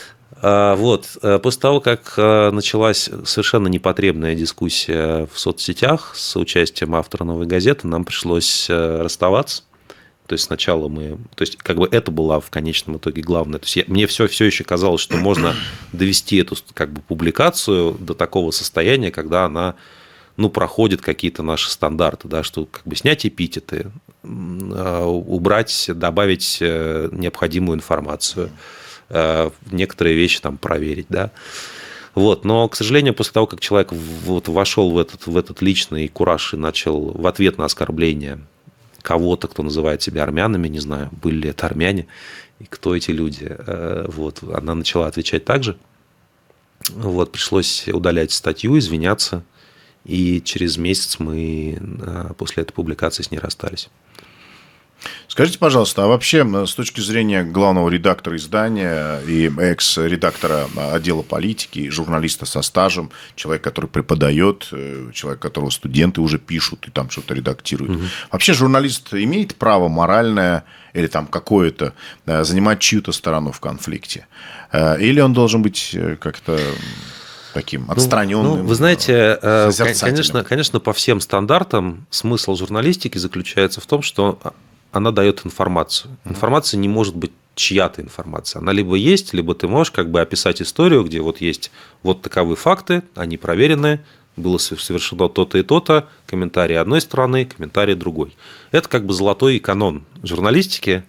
[SPEAKER 1] Вот, после того, как началась совершенно непотребная дискуссия в соцсетях с участием автора «Новой газеты», нам пришлось расставаться. То есть сначала как бы это была в конечном итоге главное. То есть мне все еще казалось, что можно довести эту как бы публикацию до такого состояния, когда она проходит какие-то наши стандарты, да, что как бы снять эпитеты, убрать, добавить необходимую информацию, некоторые вещи там проверить, да. Вот. Но, к сожалению, после того, как человек вошел в этот личный кураж и начал в ответ на оскорбление кого-то, кто называет себя армянами, не знаю, были ли это армяне, и кто эти люди, вот, она начала отвечать так же. Вот, пришлось удалять статью, извиняться, и через месяц мы после этой публикации с ней расстались.
[SPEAKER 2] Скажите, пожалуйста, а вообще с точки зрения главного редактора издания и экс-редактора отдела политики, журналиста со стажем, человек, который преподает, человек, которого студенты уже пишут и там что-то редактируют, вообще журналист имеет право моральное или там какое-то занимать чью-то сторону в конфликте? Или он должен быть как-то таким отстраненным?
[SPEAKER 1] Вы знаете, конечно, по всем стандартам смысл журналистики заключается в том, что она дает информацию. Информация не может быть чья-то информация. Она либо есть, либо ты можешь как бы описать историю, где вот есть вот таковые факты, они проверены, было совершено то-то и то-то, комментарии одной стороны, комментарии другой. Это как бы золотой канон журналистики.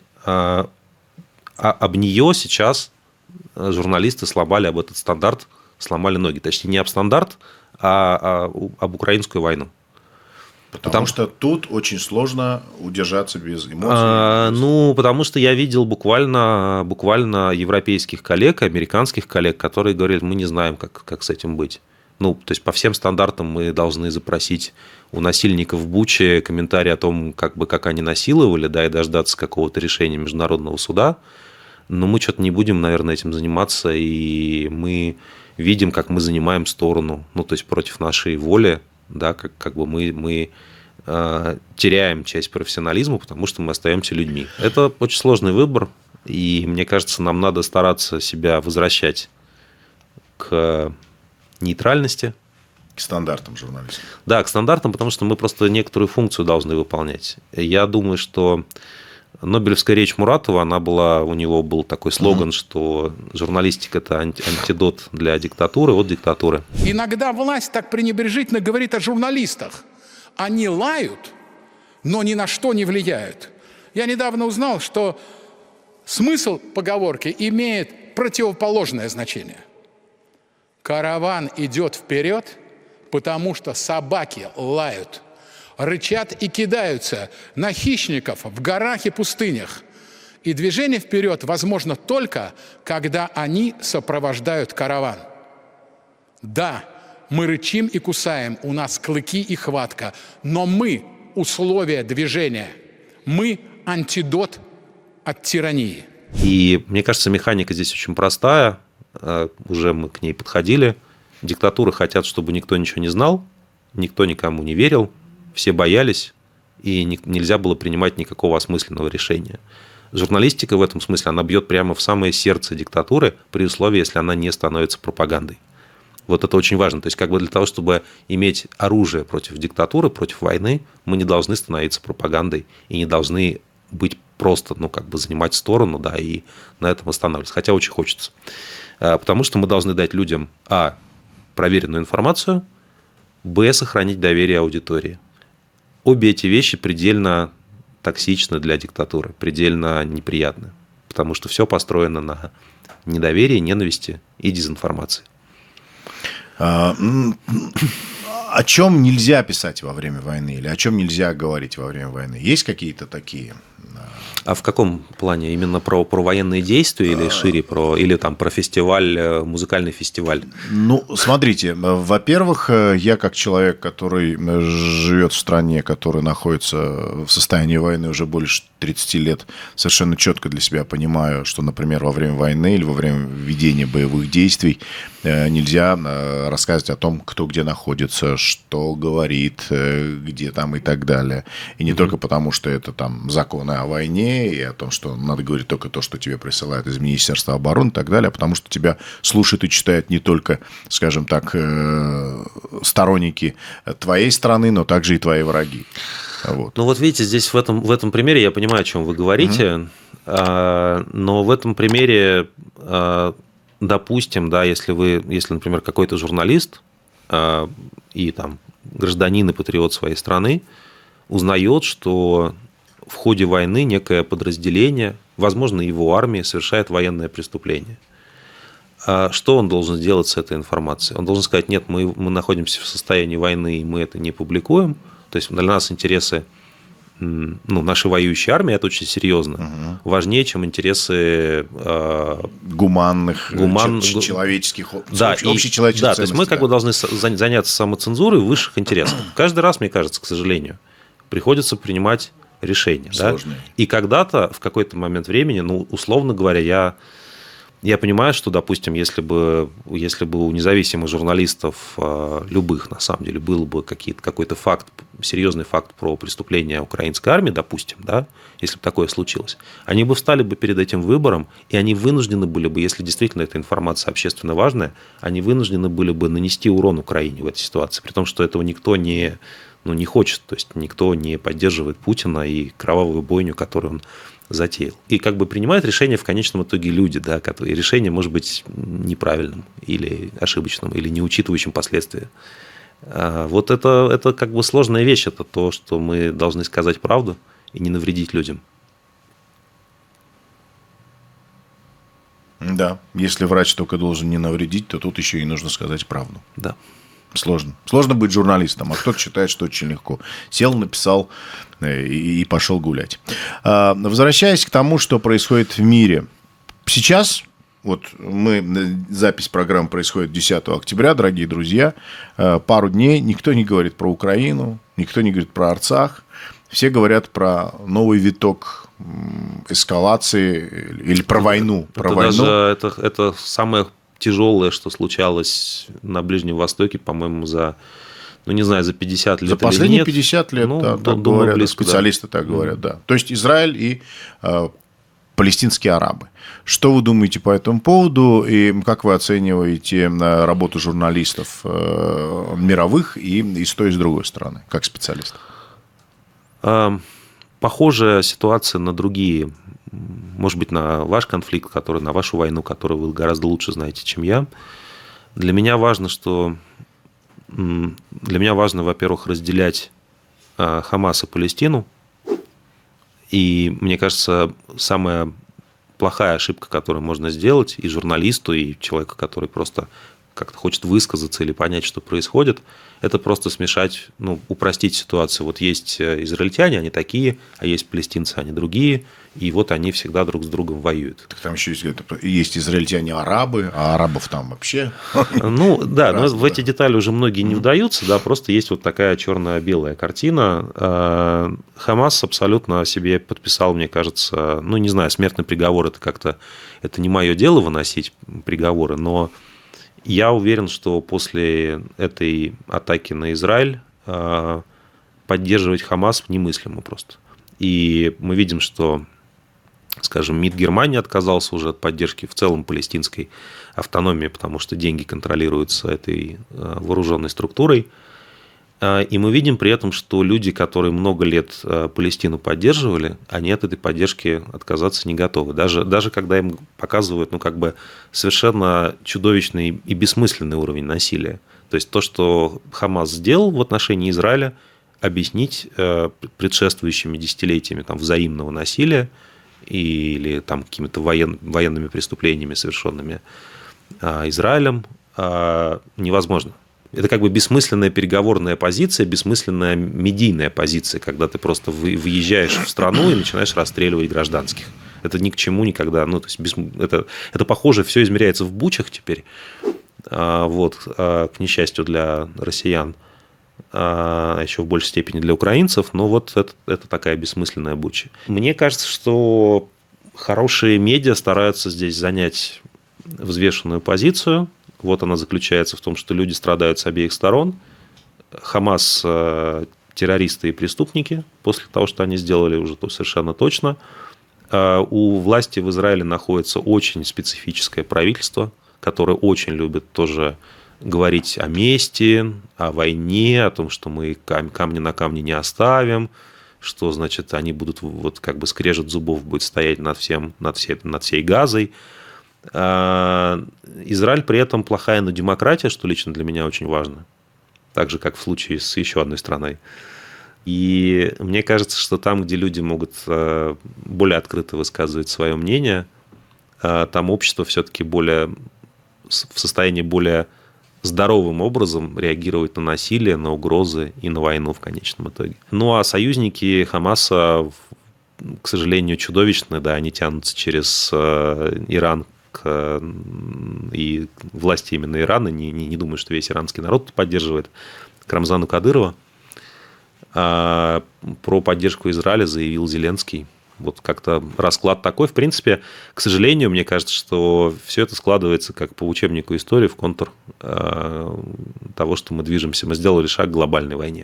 [SPEAKER 1] Об нее сейчас журналисты сломали, об этот стандарт сломали ноги. Точнее, не об стандарт, а об украинскую войну.
[SPEAKER 2] Потому что тут очень сложно удержаться без эмоций.
[SPEAKER 1] Потому что я видел буквально европейских коллег, американских коллег, которые говорят, мы не знаем, как с этим быть. То есть, по всем стандартам мы должны запросить у насильников в Буче комментарий о том, как они насиловали, да, и дождаться какого-то решения международного суда. Но мы что-то не будем, наверное, этим заниматься, и мы видим, как мы занимаем сторону, то есть против нашей воли, да, как бы мы теряем часть профессионализма, потому что мы остаемся людьми. Это очень сложный выбор, и мне кажется, нам надо стараться себя возвращать к нейтральности.
[SPEAKER 2] К стандартам журналистики.
[SPEAKER 1] Да, к стандартам, потому что мы просто некоторую функцию должны выполнять. Я думаю, что Нобелевская речь Муратова, у него был такой слоган, что журналистика – это антидот для диктатуры от диктатуры.
[SPEAKER 3] Иногда власть так пренебрежительно говорит о журналистах. Они лают, но ни на что не влияют. Я недавно узнал, что смысл поговорки имеет противоположное значение. Караван идет вперед, потому что собаки лают, рычат и кидаются на хищников в горах и пустынях. И движение вперед возможно только, когда они сопровождают караван. Да, мы рычим и кусаем, у нас клыки и хватка, но мы – условия движения. Мы – антидот от тирании.
[SPEAKER 1] И мне кажется, механика здесь очень простая. Уже мы к ней подходили. Диктатуры хотят, чтобы никто ничего не знал, никто никому не верил, все боялись, и нельзя было принимать никакого осмысленного решения. Журналистика в этом смысле, она бьет прямо в самое сердце диктатуры, при условии, если она не становится пропагандой. Вот это очень важно. То есть, как бы для того, чтобы иметь оружие против диктатуры, против войны, мы не должны становиться пропагандой и не должны быть просто, занимать сторону, да, и на этом останавливаться. Хотя очень хочется. Потому что мы должны дать людям, проверенную информацию, сохранить доверие аудитории. Обе эти вещи предельно токсичны для диктатуры, предельно неприятны, потому что все построено на недоверии, ненависти и дезинформации.
[SPEAKER 2] о чем нельзя писать во время войны или о чем нельзя говорить во время войны? Есть какие-то такие?
[SPEAKER 1] А в каком плане? Именно про военные действия или шире или там про фестиваль, музыкальный фестиваль?
[SPEAKER 2] Ну, смотрите, во-первых, я как человек, который живет в стране, которая находится в состоянии войны уже больше 30 лет, совершенно четко для себя понимаю, что, например, во время войны или во время ведения боевых действий нельзя рассказывать о том, кто где находится, что говорит, где там и так далее. И не только потому, что это там законы о войне и о том, что надо говорить только то, что тебе присылают из Министерства обороны и так далее, а потому что тебя слушают и читают не только, скажем так, сторонники твоей страны, но также и твои враги. Вот.
[SPEAKER 1] Ну вот видите, здесь в этом примере я понимаю, о чем вы говорите, но в этом примере, допустим, да, если, например, какой-то журналист и там гражданин и патриот своей страны узнает, что в ходе войны некое подразделение, возможно, его армия, совершает военное преступление. Что он должен сделать с этой информацией? Он должен сказать: нет, мы находимся в состоянии войны, и мы это не публикуем. То есть для нас интересы нашей воюющей армии, это очень серьезно, важнее, чем интересы
[SPEAKER 2] человеческих, общечеловеческих
[SPEAKER 1] ценностей. То есть мы как бы должны заняться самоцензурой высших интересов. Каждый раз, мне кажется, к сожалению, приходится принимать решения. Да? И когда-то, в какой-то момент времени, условно говоря, я понимаю, что, допустим, если бы у независимых журналистов, любых, на самом деле, был бы какой-то факт, серьезный факт про преступление украинской армии, допустим, да, если бы такое случилось, они бы встали бы перед этим выбором, и они вынуждены были бы, если действительно эта информация общественно важная, они вынуждены были бы нанести урон Украине в этой ситуации, при том, что этого никто не хочет, то есть никто не поддерживает Путина и кровавую бойню, которую он затеял. И как бы принимают решение в конечном итоге люди, да, которые решение может быть неправильным или ошибочным, или не учитывающим последствия. Вот это как бы сложная вещь, это то, что мы должны сказать правду и не навредить людям.
[SPEAKER 2] Да, если врач только должен не навредить, то тут еще и нужно сказать правду.
[SPEAKER 1] Да.
[SPEAKER 2] Сложно. Сложно быть журналистом, а кто-то считает, что очень легко. Сел, написал и пошел гулять. Возвращаясь к тому, что происходит в мире. Сейчас, запись программы происходит 10 октября, дорогие друзья. Пару дней никто не говорит про Украину, никто не говорит про Арцах. Все говорят про новый виток эскалации или про войну.
[SPEAKER 1] Это самое тяжелое, что случалось на Ближнем Востоке, по-моему, за 50 лет.
[SPEAKER 2] За последние
[SPEAKER 1] или нет.
[SPEAKER 2] 50 лет, так
[SPEAKER 1] говорят,
[SPEAKER 2] близко, специалисты так говорят, да. То есть Израиль и палестинские арабы. Что вы думаете по этому поводу и как вы оцениваете работу журналистов мировых и с той, и с другой стороны, как специалист?
[SPEAKER 1] Похожая ситуация на другие, может быть, на ваш конфликт, на вашу войну, которую вы гораздо лучше знаете, чем я. Для меня важно, во-первых, разделять Хамас и Палестину. И мне кажется, самая плохая ошибка, которую можно сделать и журналисту, и человеку, который просто как-то хочет высказаться или понять, что происходит, это просто смешать, упростить ситуацию. Вот есть израильтяне, они такие, а есть палестинцы, они другие, и вот они всегда друг с другом воюют.
[SPEAKER 2] Так там еще есть израильтяне-арабы, а арабов там вообще...
[SPEAKER 1] но в эти детали уже многие не вдаются, да, просто есть вот такая черно-белая картина. Хамас абсолютно себе подписал, мне кажется, смертный приговор, это не мое дело выносить приговоры, но я уверен, что после этой атаки на Израиль поддерживать Хамас немыслимо просто. И мы видим, что, скажем, МИД Германии отказался уже от поддержки в целом палестинской автономии, потому что деньги контролируются этой вооруженной структурой. И мы видим при этом, что люди, которые много лет Палестину поддерживали, они от этой поддержки отказаться не готовы. Даже когда им показывают совершенно чудовищный и бессмысленный уровень насилия. То есть то, что Хамас сделал в отношении Израиля, объяснить предшествующими десятилетиями взаимного насилия или какими-то военными преступлениями, совершенными Израилем, невозможно. Это как бы бессмысленная переговорная позиция, бессмысленная медийная позиция, когда ты просто въезжаешь в страну и начинаешь расстреливать гражданских. Это ни к чему никогда. Ну, то есть это похоже, все измеряется в бучах теперь, к несчастью для россиян, а еще в большей степени для украинцев, но вот это такая бессмысленная буча. Мне кажется, что хорошие медиа стараются здесь занять взвешенную позицию. Вот она заключается в том, что люди страдают с обеих сторон. Хамас – террористы и преступники, после того, что они сделали, уже то совершенно точно. У власти в Израиле находится очень специфическое правительство, которое очень любит тоже говорить о мести, о войне, о том, что мы камня на камне не оставим, что, значит, они будут, вот как бы скрежет зубов будет стоять над всей Газой. Израиль при этом плохая, но демократия, что лично для меня очень важно. Так же, как в случае с еще одной страной. И мне кажется, что там, где люди могут более открыто высказывать свое мнение, там общество все-таки в состоянии более здоровым образом реагировать на насилие, на угрозы и на войну в конечном итоге. Ну, а союзники Хамаса, к сожалению, чудовищны, да, они тянутся через Иран и власти именно Ирана, не думаю, что весь иранский народ поддерживает, к Рамзану Кадырова. А про поддержку Израиля заявил Зеленский. Вот как-то расклад такой. В принципе, к сожалению, мне кажется, что все это складывается как по учебнику истории в контур того, что мы движемся. Мы сделали шаг к глобальной войне.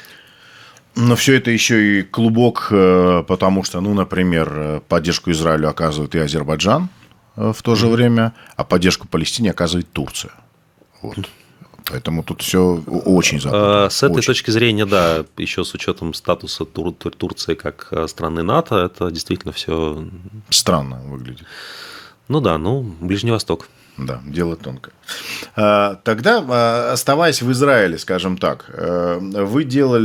[SPEAKER 2] Но все это еще и клубок, потому что, например, поддержку Израилю оказывает и Азербайджан в то же время, а поддержку Палестине оказывает Турция. Вот. Поэтому тут все очень запутано.
[SPEAKER 1] С этой точки зрения, да, еще с учетом статуса Турции как страны НАТО, это действительно все
[SPEAKER 2] странно выглядит.
[SPEAKER 1] Ну да, Ближний Восток.
[SPEAKER 2] Да, дело тонкое. Тогда, оставаясь в Израиле, скажем так, вы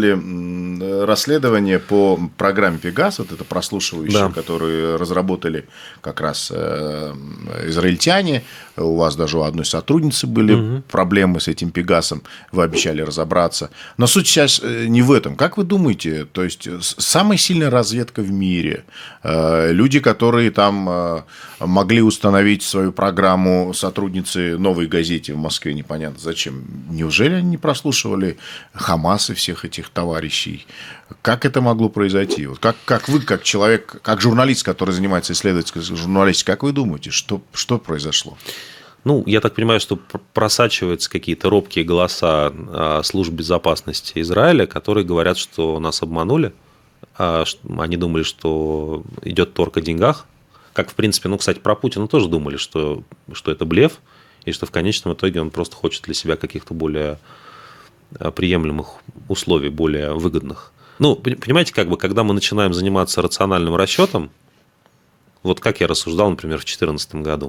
[SPEAKER 2] делали расследование по программе «Пегас», вот это прослушивающее, да, которую разработали как раз израильтяне. У вас даже у одной сотрудницы были проблемы с этим «Пегасом», вы обещали разобраться. Но суть сейчас не в этом. Как вы думаете, то есть самая сильная разведка в мире, люди, которые там могли установить свою программу, сотрудницы «Новой газете» в Москве, непонятно зачем. Неужели они не прослушивали Хамас и всех этих товарищей? Как это могло произойти? Вот как вы, как человек, как журналист, который занимается исследовательской журналистикой, как вы думаете, что произошло?
[SPEAKER 1] Я так понимаю, что просачиваются какие-то робкие голоса служб безопасности Израиля, которые говорят, что нас обманули. Они думали, что идет торг о деньгах. Как, в принципе, кстати, про Путина тоже думали, что это блеф, и что в конечном итоге он просто хочет для себя каких-то более приемлемых условий, более выгодных. Понимаете, когда мы начинаем заниматься рациональным расчетом, вот как я рассуждал, например, в 2014 году.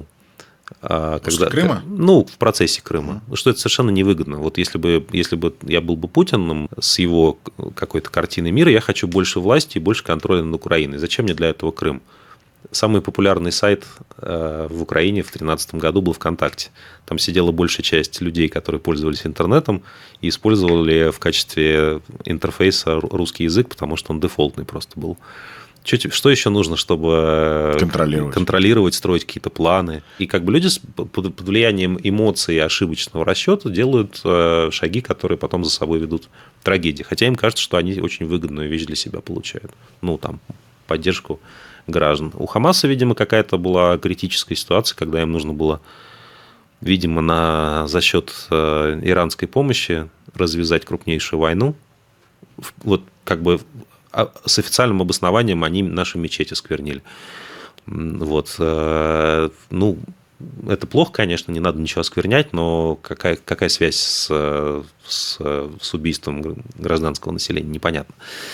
[SPEAKER 2] После Крыма?
[SPEAKER 1] В процессе Крыма. Что это совершенно невыгодно. Вот если бы я был бы Путиным с его какой-то картиной мира, я хочу больше власти и больше контроля над Украиной. Зачем мне для этого Крым? Самый популярный сайт в Украине в 2013 году был ВКонтакте. Там сидела большая часть людей, которые пользовались интернетом и использовали в качестве интерфейса русский язык, потому что он дефолтный просто был. Что еще нужно, чтобы контролировать, строить какие-то планы? И люди под влиянием эмоций и ошибочного расчета делают шаги, которые потом за собой ведут трагедии. Хотя им кажется, что они очень выгодную вещь для себя получают. Поддержку граждан. У Хамаса, видимо, какая-то была критическая ситуация, когда им нужно было, видимо, за счет иранской помощи развязать крупнейшую войну. С официальным обоснованием они наши мечети сквернили. Это плохо, конечно, не надо ничего осквернять, но какая связь с убийством гражданского населения, непонятно.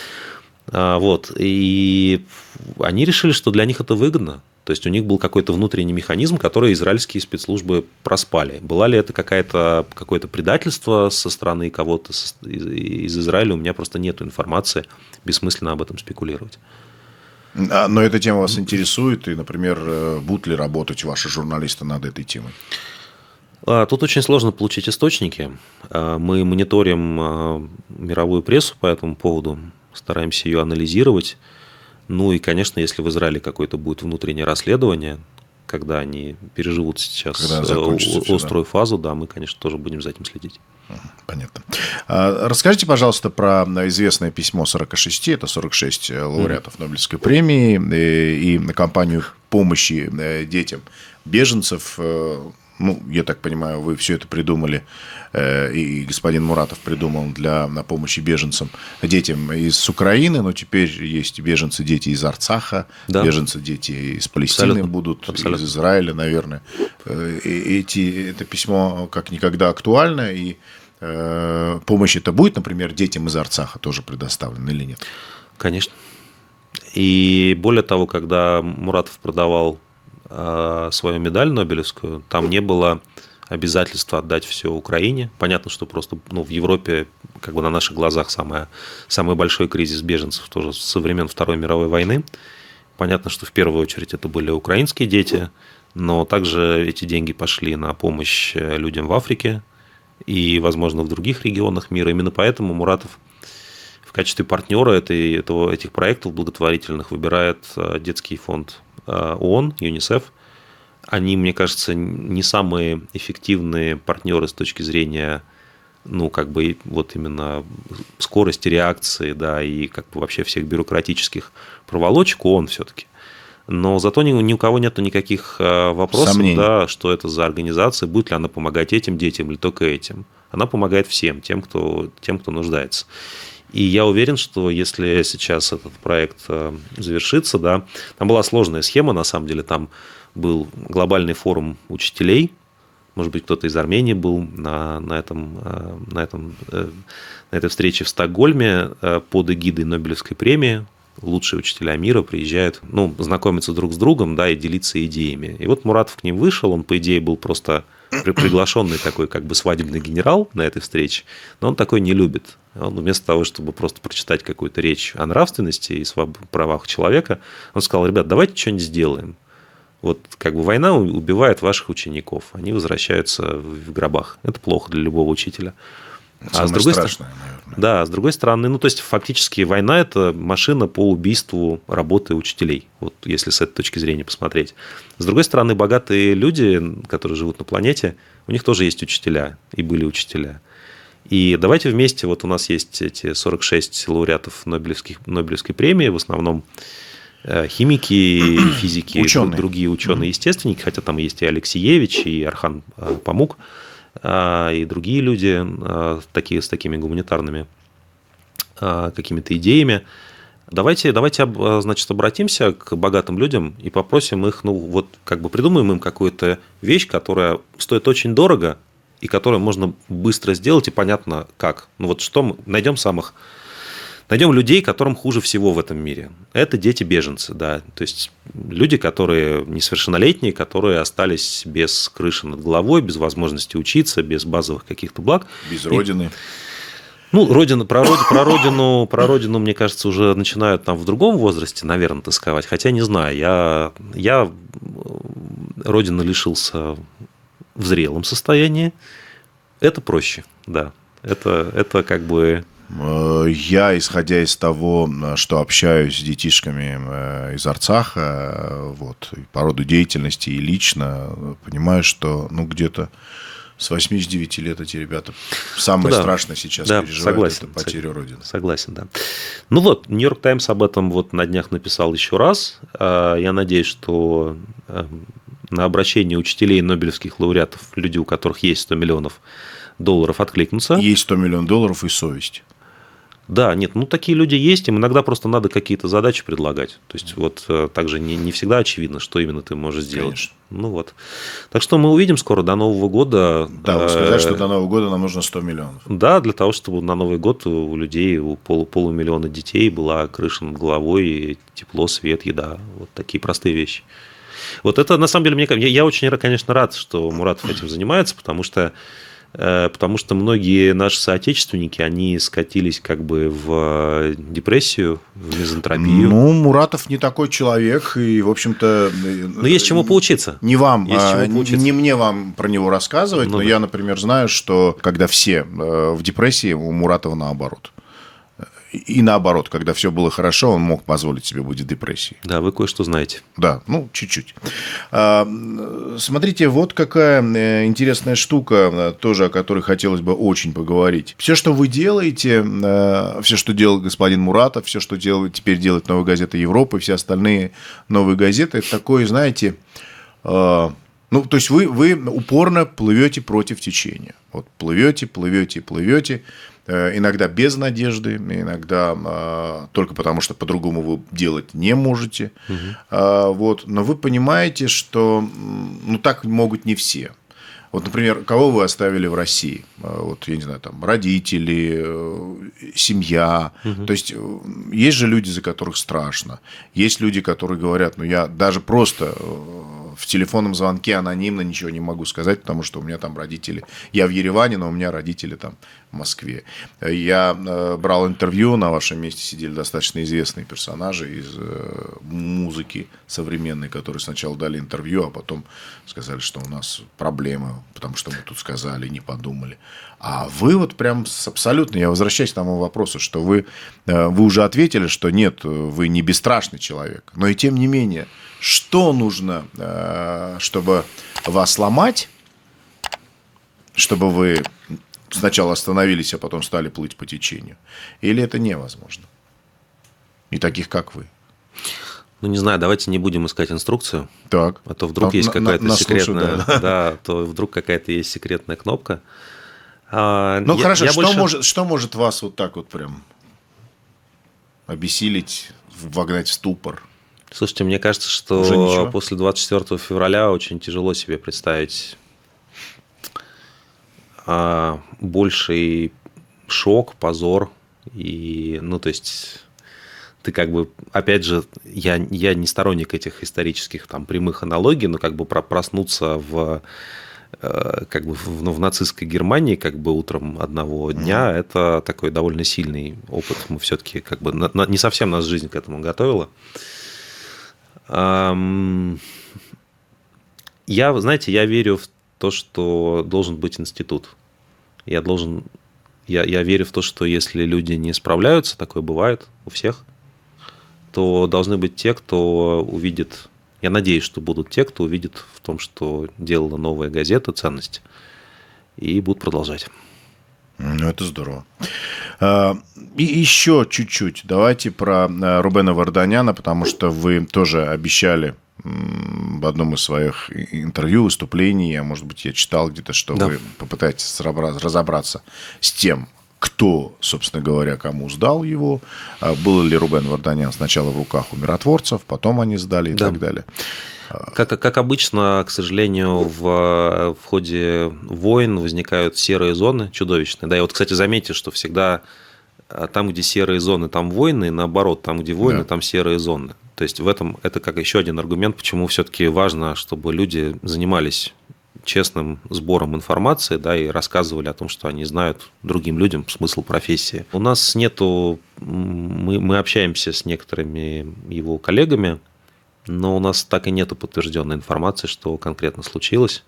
[SPEAKER 1] И они решили, что для них это выгодно. То есть у них был какой-то внутренний механизм, который израильские спецслужбы проспали. Было ли это какое-то предательство со стороны кого-то из Израиля? У меня просто нет информации. Бессмысленно об этом спекулировать.
[SPEAKER 2] Но эта тема вас интересует? И, например, будут ли работать ваши журналисты над этой темой?
[SPEAKER 1] Тут очень сложно получить источники. Мы мониторим мировую прессу по этому поводу, стараемся ее анализировать. Ну и, конечно, если в Израиле какое-то будет внутреннее расследование, когда они переживут сейчас острую фазу, да, мы, конечно, тоже будем за этим следить.
[SPEAKER 2] Понятно. Расскажите, пожалуйста, про известное письмо 46, это 46 лауреатов Нобелевской премии и компанию помощи детям беженцев. Ну, я так понимаю, вы все это придумали, и господин Муратов придумал на помощи беженцам, детям из Украины, но теперь есть беженцы, дети из Арцаха, да. Беженцы, дети из Палестины абсолютно. Будут, абсолютно. Из Израиля, наверное. Это письмо как никогда актуально, и помощь это будет, например, детям из Арцаха тоже предоставлена или нет?
[SPEAKER 1] Конечно. И более того, когда Муратов продавал свою медаль Нобелевскую, там не было обязательства отдать все Украине. Понятно, что просто в Европе как бы на наших глазах самый большой кризис беженцев тоже со времен Второй мировой войны. Понятно, что в первую очередь это были украинские дети, но также эти деньги пошли на помощь людям в Африке и, возможно, в других регионах мира. Именно поэтому Муратов в качестве партнера этих проектов благотворительных выбирает детский фонд ООН, ЮНИСЕФ. Они, мне кажется, не самые эффективные партнеры с точки зрения, вот именно скорости реакции, да, и как бы вообще всех бюрократических проволочек ООН все-таки. Но зато ни у кого нету никаких вопросов, да, что это за организация, будет ли она помогать этим детям или только этим. Она помогает всем, тем, кто нуждается. И я уверен, что если сейчас этот проект завершится, да, там была сложная схема, на самом деле, там был глобальный форум учителей, может быть, кто-то из Армении был на этой встрече в Стокгольме под эгидой Нобелевской премии. Лучшие учителя мира приезжают, знакомиться друг с другом, да, и делиться идеями. И вот Муратов к ним вышел, он, по идее, был просто приглашенный такой как бы свадебный генерал на этой встрече, но он такой не любит. Он вместо того, чтобы просто прочитать какую-то речь о нравственности и правах человека, он сказал: ребят, давайте что-нибудь сделаем. Вот как бы война убивает ваших учеников, они возвращаются в гробах. Это плохо для любого учителя.
[SPEAKER 2] А с другой стороны, наверное.
[SPEAKER 1] Да, с другой стороны, то есть фактически война – это машина по убийству работы учителей, вот если с этой точки зрения посмотреть. С другой стороны, богатые люди, которые живут на планете, у них тоже есть учителя и были учителя. И давайте вместе, вот у нас есть эти 46 лауреатов Нобелевской премии, в основном химики, физики, другие ученые-естественники, хотя там есть и Алексеевич, и Орхан Памук, и другие люди с такими гуманитарными какими-то идеями. Давайте, значит, обратимся к богатым людям и попросим их, придумаем им какую-то вещь, которая стоит очень дорого и которую можно быстро сделать и понятно как. Найдем людей, которым хуже всего в этом мире. Это дети-беженцы, да. То есть люди, которые несовершеннолетние, которые остались без крыши над головой, без возможности учиться, без базовых каких-то благ.
[SPEAKER 2] Без родины.
[SPEAKER 1] Про родину, мне кажется, уже начинают там в другом возрасте, наверное, тосковать. Хотя не знаю, я родины лишился в зрелом состоянии. Это проще, да. Это как бы...
[SPEAKER 2] Я, исходя из того, что общаюсь с детишками из Арцаха, по роду деятельности и лично, понимаю, что где-то с 8-9 лет эти ребята самое страшное сейчас переживают, это потерю Родины.
[SPEAKER 1] Согласен, да. Нью-Йорк Таймс об этом на днях написал еще раз. Я надеюсь, что на обращение учителей нобелевских лауреатов, люди, у которых есть $100 миллионов, откликнутся.
[SPEAKER 2] Есть $100 миллионов и совесть.
[SPEAKER 1] Да, нет, такие люди есть, им иногда просто надо какие-то задачи предлагать. То есть, также не всегда очевидно, что именно ты можешь сделать. Конечно. Так что мы увидим скоро, до Нового года.
[SPEAKER 2] Да, вы сказали, что до Нового года нам нужно 100 миллионов.
[SPEAKER 1] Да, для того, чтобы на Новый год у людей, у полумиллиона детей была крыша над головой, тепло, свет, еда. Вот такие простые вещи. Это, на самом деле, я очень, конечно, рад, что Муратов этим занимается, потому что потому что многие наши соотечественники, они скатились как бы в депрессию, в мизантропию.
[SPEAKER 2] Ну, Муратов не такой человек, и, в общем-то...
[SPEAKER 1] Но есть чему поучиться.
[SPEAKER 2] Не вам,
[SPEAKER 1] не
[SPEAKER 2] мне вам про него рассказывать, но я, например, знаю, что когда все в депрессии, у Муратова наоборот. И наоборот, когда все было хорошо, он мог позволить себе быть в депрессии.
[SPEAKER 1] Да, вы кое-что знаете.
[SPEAKER 2] Да, ну, чуть-чуть. Смотрите, вот какая интересная штука, тоже о которой хотелось бы очень поговорить. Все, что вы делаете, все, что делал господин Муратов, все, что теперь делает «Новая газета Европы», все остальные новые газеты, это такое, знаете... Ну, то есть вы упорно плывете против течения. Вот плывете. Иногда без надежды, иногда только потому, что по-другому вы делать не можете. Вот. Но вы понимаете, что так могут не все. Вот, например, кого вы оставили в России? Вот, я не знаю, там, родители, семья. То есть, есть же люди, за которых страшно. Есть люди, которые говорят, я даже просто в телефонном звонке анонимно ничего не могу сказать, потому что у меня там родители. Я в Ереване, но у меня родители там в Москве. Я брал интервью, на вашем месте сидели достаточно известные персонажи из музыки современной, которые сначала дали интервью, а потом сказали, что у нас проблемы, потому что мы тут сказали, не подумали. А вы вот прям абсолютно, я возвращаюсь к тому вопросу, что вы уже ответили, что нет, вы не бесстрашный человек, но и тем не менее, что нужно, чтобы вас сломать, чтобы вы сначала остановились, а потом стали плыть по течению? Или это невозможно? И таких, как вы.
[SPEAKER 1] Ну, не знаю, давайте не будем искать инструкцию.
[SPEAKER 2] Так.
[SPEAKER 1] А то вдруг есть какая-то секретная... Да, то вдруг какая-то есть секретная кнопка.
[SPEAKER 2] Ну, хорошо, что может вас вот так вот прям обессилить, вогнать в ступор?
[SPEAKER 1] Слушайте, мне кажется, что после 24 февраля очень тяжело себе представить больший шок, позор. И, то есть, ты как бы, опять же, я не сторонник этих исторических там прямых аналогий, но как бы проснуться в нацистской Германии как бы утром одного дня, это такой довольно сильный опыт. Мы все-таки как бы не совсем нас жизнь к этому готовила. Я верю в то, что должен быть институт. Я верю в то, что если люди не справляются, такое бывает у всех, то должны быть те, кто увидит, я надеюсь, что будут те, кто увидит в том, что делала «Новая газета», ценность, и будут продолжать.
[SPEAKER 2] Ну, это здорово. И еще чуть-чуть давайте про Рубена Варданяна, потому что вы тоже обещали в одном из своих интервью, выступлений, а может быть, я читал где-то, что вы попытаетесь разобраться с тем, кто, собственно говоря, кому сдал его. Был ли Рубен Варданян сначала в руках у миротворцев, потом они сдали и так далее.
[SPEAKER 1] Как обычно, к сожалению, в ходе войн возникают серые зоны чудовищные. Да, и вот, кстати, заметьте, что всегда там, где серые зоны, там войны, и наоборот, там, где войны, там серые зоны. То есть в этом это как еще один аргумент, почему все-таки важно, чтобы люди занимались честным сбором информации, да, и рассказывали о том, что они знают другим людям смысл профессии. У нас нету, мы общаемся с некоторыми его коллегами, но у нас так и нету подтвержденной информации, что конкретно случилось,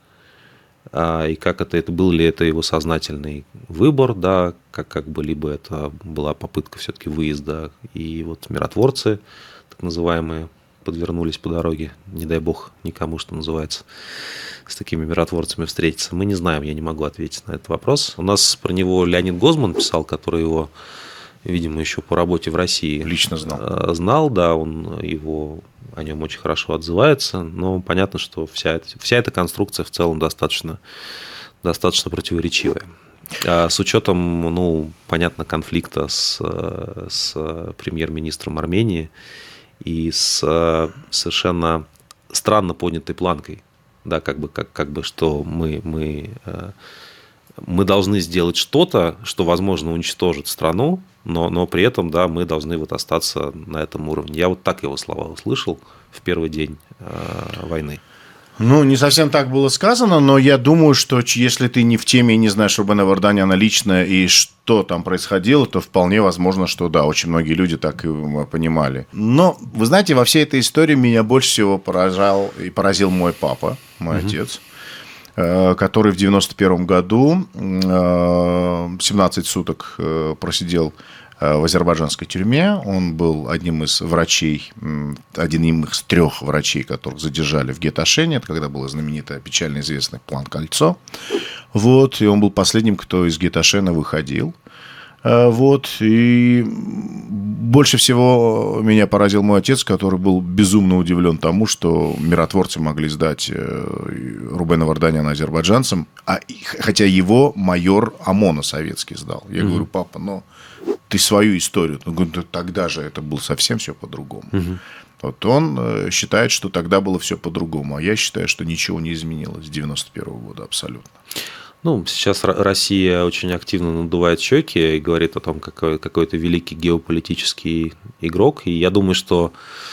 [SPEAKER 1] и как это был ли это его сознательный выбор, да, как бы либо это была попытка все-таки выезда, и вот миротворцы, так называемые, подвернулись по дороге, не дай бог никому, что называется, с такими миротворцами встретиться. Мы не знаем, я не могу ответить на этот вопрос. У нас про него Леонид Гозман писал, который его, видимо, еще по работе в России
[SPEAKER 2] лично
[SPEAKER 1] знал, да, он о нем очень хорошо отзывается, но понятно, что вся эта конструкция в целом достаточно противоречивая. С учетом, понятно, конфликта с премьер-министром Армении и с совершенно странно поднятой планкой, да, как бы что мы должны сделать что-то, что, возможно, уничтожит страну, но при этом, да, мы должны вот остаться на этом уровне. Я вот так его слова услышал в первый день войны.
[SPEAKER 2] Ну, не совсем так было сказано, но я думаю, что если ты не в теме и не знаешь Рубена Варданяна лично и что там происходило, то вполне возможно, что да, очень многие люди так и понимали. Но, вы знаете, во всей этой истории меня больше всего поразил мой папа, мой отец, который в 91 году 17 суток просидел в азербайджанской тюрьме. Он был одним из врачей, одним из 3 врачей, которых задержали в Геташене. Это когда было знаменитое, печально известный план «Кольцо». Вот, и он был последним, кто из Геташена выходил. Вот, и больше всего меня поразил мой отец, который был безумно удивлен тому, что миротворцы могли сдать Рубена Варданяна азербайджанцам, хотя его майор ОМОНа советский сдал. Я говорю: папа, ты свою историю. Он говорит: тогда же это было совсем все по-другому. Вот он считает, что тогда было все по-другому, а я считаю, что ничего не изменилось с 91 года абсолютно.
[SPEAKER 1] Сейчас Россия очень активно надувает щеки и говорит о том, какой ты великий геополитический игрок. И я думаю, что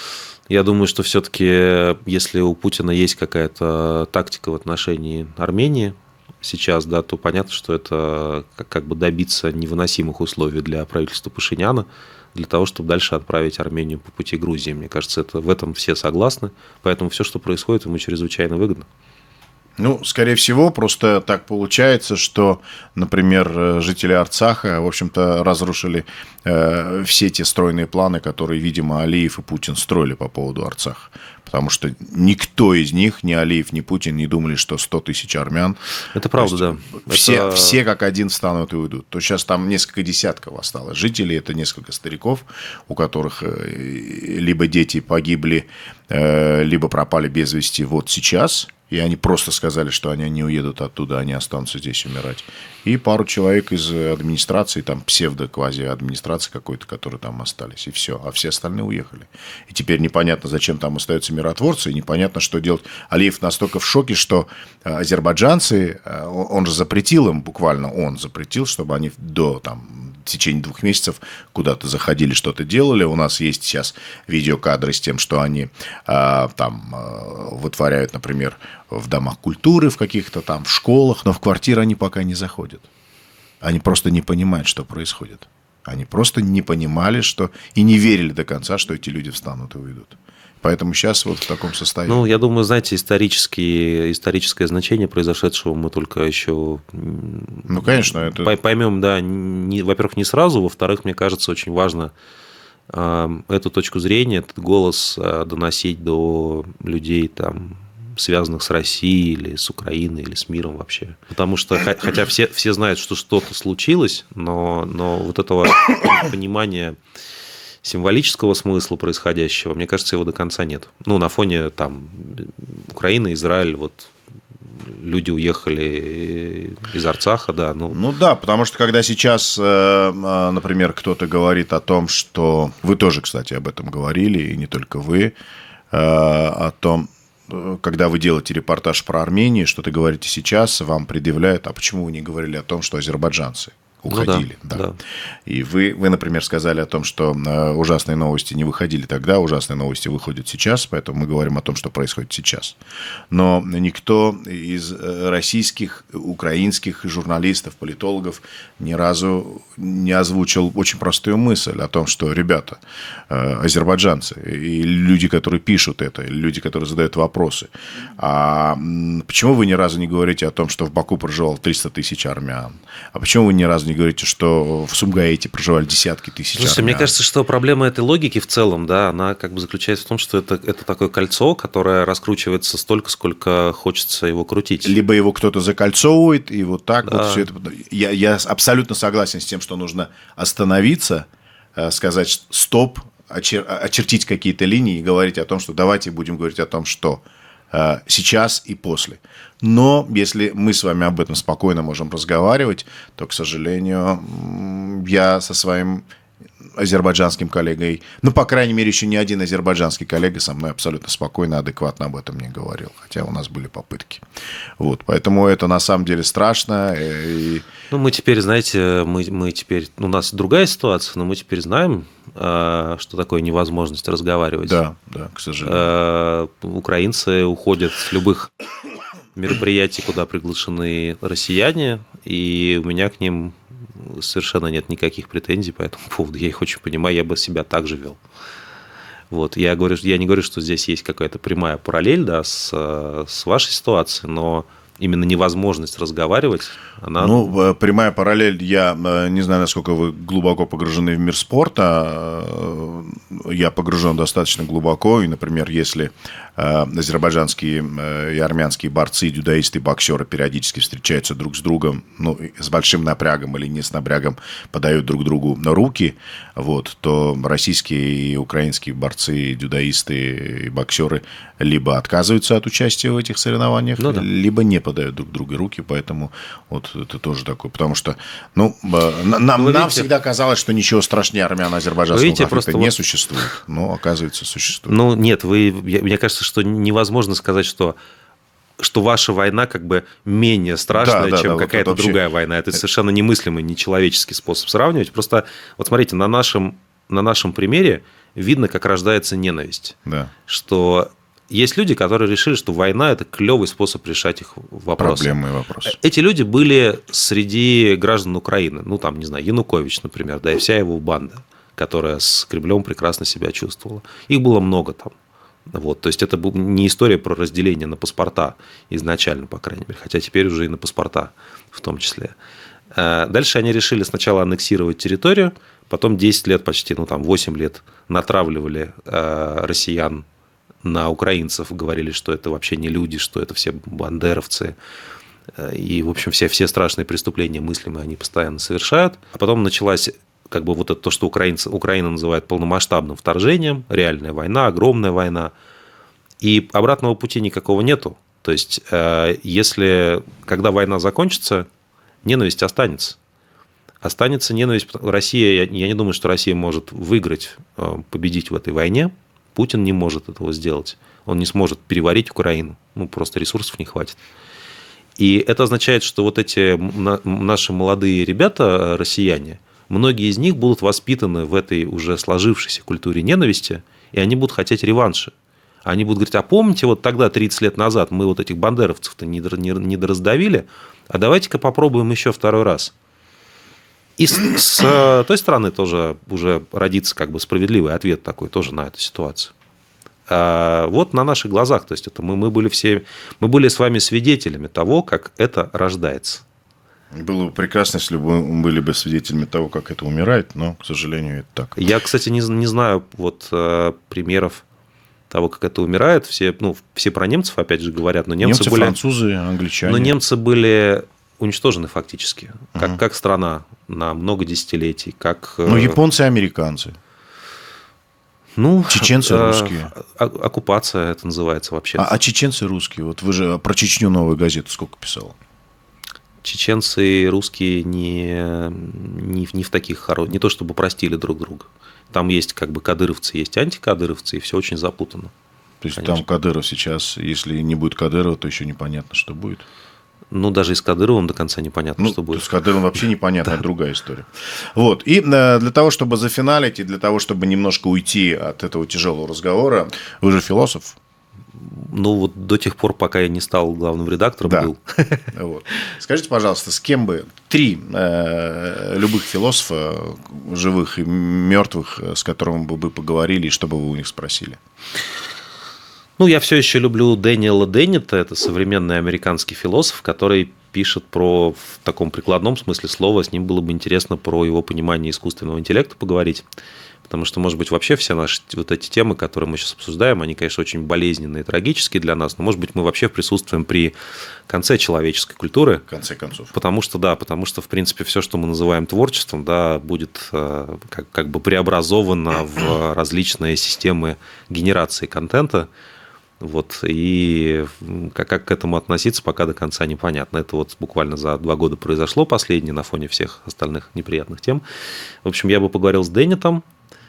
[SPEAKER 1] все-таки, если у Путина есть какая-то тактика в отношении Армении сейчас, да, то понятно, что это как бы добиться невыносимых условий для правительства Пашиняна, для того, чтобы дальше отправить Армению по пути Грузии. Мне кажется, в этом все согласны. Поэтому все, что происходит, ему чрезвычайно выгодно.
[SPEAKER 2] Скорее всего, просто так получается, что, например, жители Арцаха, в общем-то, разрушили все те стройные планы, которые, видимо, Алиев и Путин строили по поводу Арцаха. Потому что никто из них, ни Алиев, ни Путин, не думали, что 100 тысяч армян... Это правда, да. Все как один встанут и уйдут. То сейчас там несколько десятков осталось жителей, это несколько стариков, у которых либо дети погибли, либо пропали без вести вот сейчас... И они просто сказали, что они не уедут оттуда, они останутся здесь умирать. И пару человек из администрации, там псевдо-квази-администрации какой-то, которые там остались. И все. А все остальные уехали. И теперь непонятно, зачем там остаются миротворцы, и непонятно, что делать. Алиев настолько в шоке, что азербайджанцы, он же запретил им, буквально он запретил, чтобы они в течение 2 месяцев куда-то заходили, что-то делали. У нас есть сейчас видеокадры с тем, что они вытворяют, например, в домах культуры, в каких-то там, в школах, но в квартиры они пока не заходят. Они просто не понимают, что происходит. Они просто не понимали, и не верили до конца, что эти люди встанут и уйдут. Поэтому сейчас вот в таком состоянии.
[SPEAKER 1] Я думаю, знаете, историческое значение произошедшего мы только еще
[SPEAKER 2] конечно, это...
[SPEAKER 1] поймем, да, во-первых, не сразу, во-вторых, мне кажется, очень важно эту точку зрения, этот голос доносить до людей, там, связанных с Россией или с Украиной или с миром вообще. Потому что, хотя все знают, что что-то случилось, но вот этого понимания символического смысла происходящего, мне кажется, его до конца нет. На фоне там Украины, Израиль, вот люди уехали из Арцаха, да.
[SPEAKER 2] Да, потому что когда сейчас, например, кто-то говорит о том, что... Вы тоже, кстати, об этом говорили, и не только вы, о том, когда вы делаете репортаж про Армению, что-то говорите сейчас, вам предъявляют, а почему вы не говорили о том, что азербайджанцы уходили? Да. И вы, например, сказали о том, что ужасные новости не выходили тогда, ужасные новости выходят сейчас, поэтому мы говорим о том, что происходит сейчас. Но никто из российских, украинских журналистов, политологов ни разу не озвучил очень простую мысль о том, что, ребята, азербайджанцы и люди, которые пишут это, люди, которые задают вопросы, а почему вы ни разу не говорите о том, что в Баку проживало 300 тысяч армян? А почему вы ни разу не говорите, что в Сумгаите проживали десятки тысяч армян?
[SPEAKER 1] Мне кажется, что проблема этой логики в целом, да, она как бы заключается в том, что это такое кольцо, которое раскручивается столько, сколько хочется его крутить.
[SPEAKER 2] Либо его кто-то закольцовывает, и вот так вот все это... Я абсолютно согласен с тем, что нужно остановиться, сказать стоп, очертить какие-то линии и говорить о том, что давайте будем говорить о том, что сейчас и после. Но если мы с вами об этом спокойно можем разговаривать, то, к сожалению, я со своим азербайджанским коллегой, по крайней мере, еще ни один азербайджанский коллега со мной абсолютно спокойно, адекватно об этом не говорил, хотя у нас были попытки. Вот, поэтому это на самом деле страшно.
[SPEAKER 1] Мы теперь, знаете, у нас другая ситуация, но мы теперь знаем, что такое невозможность разговаривать.
[SPEAKER 2] Да, к сожалению.
[SPEAKER 1] Украинцы уходят с любых мероприятий, куда приглашены россияне, и у меня к ним совершенно нет никаких претензий по этому поводу. Я их очень понимаю, я бы себя так же вел. Вот. Я не говорю, что здесь есть какая-то прямая параллель, да, с вашей ситуацией, но именно невозможность разговаривать, она...
[SPEAKER 2] Ну, прямая параллель, я не знаю, насколько вы глубоко погружены в мир спорта, я погружен достаточно глубоко, и, например, если азербайджанские и армянские борцы, дюдаисты, боксеры периодически встречаются друг с другом, ну, с большим напрягом или не с напрягом, подают друг другу руки, вот, то российские и украинские борцы, дюдаисты и боксеры либо отказываются от участия в этих соревнованиях,
[SPEAKER 1] ну, да,
[SPEAKER 2] либо не подают друг другу руки, поэтому вот это тоже такое, потому что, ну, нам всегда казалось, что ничего страшнее армяно-азербайджанского конфликта не существует, но, оказывается, существует.
[SPEAKER 1] Ну, нет, мне кажется, что невозможно сказать, что ваша война как бы менее страшная, чем какая-то другая война. Это совершенно немыслимый, нечеловеческий способ сравнивать. Просто, вот смотрите, на нашем примере видно, как рождается ненависть.
[SPEAKER 2] Да.
[SPEAKER 1] Что есть люди, которые решили, что война – это клевый способ решать их вопросы.
[SPEAKER 2] Проблемы и вопросы.
[SPEAKER 1] Эти люди были среди граждан Украины. Ну, там, не знаю, Янукович, например, да, и вся его банда, которая с Кремлем прекрасно себя чувствовала. Их было много там. Вот, то есть это не история про разделение на паспорта изначально, по крайней мере, хотя теперь уже и на паспорта в том числе. Дальше они решили сначала аннексировать территорию, потом 10 лет почти, ну там 8 лет натравливали россиян на украинцев, говорили, что это вообще не люди, что это все бандеровцы. И, в общем, все страшные преступления мыслимые они постоянно совершают. А потом началась как бы вот это то, что Украина называет полномасштабным вторжением, реальная война, огромная война, и обратного пути никакого нету. То есть, когда война закончится, ненависть останется. Останется ненависть. Россия, я не думаю, что Россия может выиграть, победить в этой войне. Путин не может этого сделать. Он не сможет переварить Украину. Ну, просто ресурсов не хватит. И это означает, что вот эти наши молодые ребята, россияне, многие из них будут воспитаны в этой уже сложившейся культуре ненависти, и они будут хотеть реванша. Они будут говорить, а помните, вот тогда, 30 лет назад, мы вот этих бандеровцев-то не дораздавили, а давайте-ка попробуем еще второй раз. И с той стороны тоже уже родится как бы справедливый ответ такой тоже на эту ситуацию. Вот на наших глазах, то есть это мы были с вами свидетелями того, как это рождается.
[SPEAKER 2] Было бы прекрасно, если бы мы были бы свидетелями того, как это умирает, но, к сожалению, это так.
[SPEAKER 1] Я, кстати, не знаю вот примеров того, как это умирает. Все про немцев, опять же, говорят, но немцы были...
[SPEAKER 2] французы, англичане.
[SPEAKER 1] Но немцы были уничтожены фактически, как страна на много десятилетий.
[SPEAKER 2] Ну, японцы и американцы.
[SPEAKER 1] Ну,
[SPEAKER 2] чеченцы русские.
[SPEAKER 1] Оккупация это называется вообще.
[SPEAKER 2] А чеченцы русские? Вот вы же про Чечню «Новая газета» сколько писала?
[SPEAKER 1] Чеченцы и русские не в таких не то чтобы простили друг друга. Там есть как бы кадыровцы, есть антикадыровцы, и все очень запутано.
[SPEAKER 2] То есть конечно. Там Кадыров сейчас, если не будет Кадырова, то еще непонятно, что будет.
[SPEAKER 1] Ну, даже и с Кадыровым до конца непонятно, что будет.
[SPEAKER 2] С Кадыровым вообще непонятно, это другая история. Вот. И для того, чтобы зафиналить, и для того, чтобы немножко уйти от этого тяжелого разговора, вы же философ.
[SPEAKER 1] Ну, вот до тех пор, пока я не стал главным редактором,
[SPEAKER 2] да.
[SPEAKER 1] был.
[SPEAKER 2] Вот. Скажите, пожалуйста, с кем бы 3 любых философа, живых и мертвых, с которыми бы вы поговорили, и что бы вы у них спросили?
[SPEAKER 1] Ну, я все еще люблю Дэниела Деннета, это современный американский философ, который пишет в таком прикладном смысле слова, с ним было бы интересно про его понимание искусственного интеллекта поговорить, потому что, может быть, вообще все наши вот эти темы, которые мы сейчас обсуждаем, они, конечно, очень болезненные и трагические для нас, но, может быть, мы вообще присутствуем при конце человеческой культуры.
[SPEAKER 2] В конце концов.
[SPEAKER 1] Потому что, в принципе, все, что мы называем творчеством, да, будет как бы преобразовано в различные системы генерации контента. Вот, и как к этому относиться, пока до конца непонятно. Это вот буквально за 2 года произошло последнее на фоне всех остальных неприятных тем. В общем, я бы поговорил с Деннетом.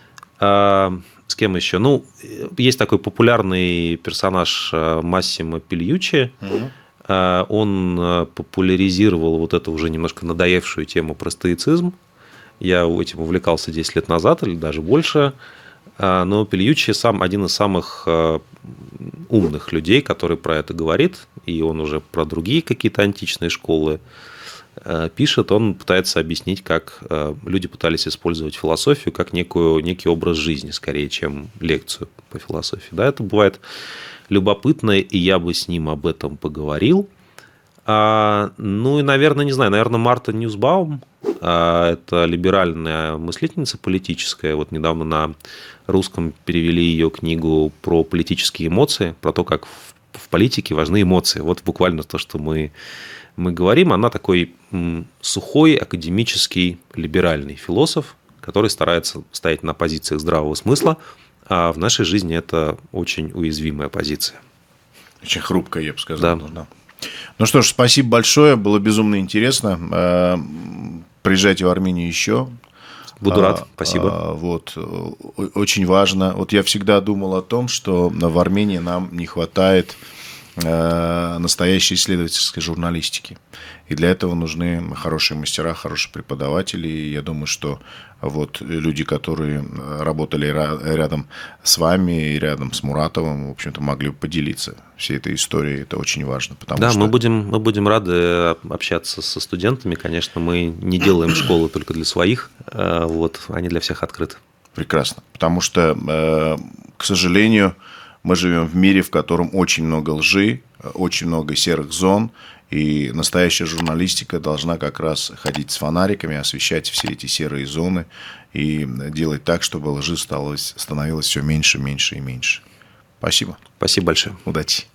[SPEAKER 1] С кем еще? Ну, есть такой популярный персонаж Массимо Пильюччи. Он популяризировал вот эту уже немножко надоевшую тему про стоицизм. Я этим увлекался 10 лет назад или даже больше. Но Пильюччи один из самых умных людей, который про это говорит, и он уже про другие какие-то античные школы пишет. Он пытается объяснить, как люди пытались использовать философию как некий образ жизни, скорее, чем лекцию по философии. Да, это бывает любопытно, и я бы с ним об этом поговорил. Ну и, наверное, не знаю, наверное, Марта Ньюсбаум, это либеральная мыслительница политическая. Вот недавно на русском перевели ее книгу про политические эмоции, про то, как в политике важны эмоции. Вот буквально то, что мы говорим. Она такой сухой, академический, либеральный философ, который старается стоять на позициях здравого смысла, а в нашей жизни это очень уязвимая позиция.
[SPEAKER 2] Очень хрупкая, я бы сказал. Да. Ну что ж, спасибо большое, было безумно интересно. Приезжайте в Армению еще.
[SPEAKER 1] Буду рад, спасибо.
[SPEAKER 2] Вот, очень важно. Вот я всегда думал о том, что в Армении нам не хватает настоящей исследовательской журналистики. И для этого нужны хорошие мастера, хорошие преподаватели. И я думаю, что вот люди, которые работали рядом с вами и рядом с Муратовым, в общем-то, могли бы поделиться всей этой историей. Это очень важно.
[SPEAKER 1] Да, что... мы будем рады общаться со студентами. Конечно, мы не делаем школы только для своих. Вот, они для всех открыты.
[SPEAKER 2] Прекрасно. Потому что, к сожалению, мы живем в мире, в котором очень много лжи, очень много серых зон, и настоящая журналистика должна как раз ходить с фонариками, освещать все эти серые зоны и делать так, чтобы лжи становилось все меньше, меньше и меньше. Спасибо.
[SPEAKER 1] Спасибо большое.
[SPEAKER 2] Удачи.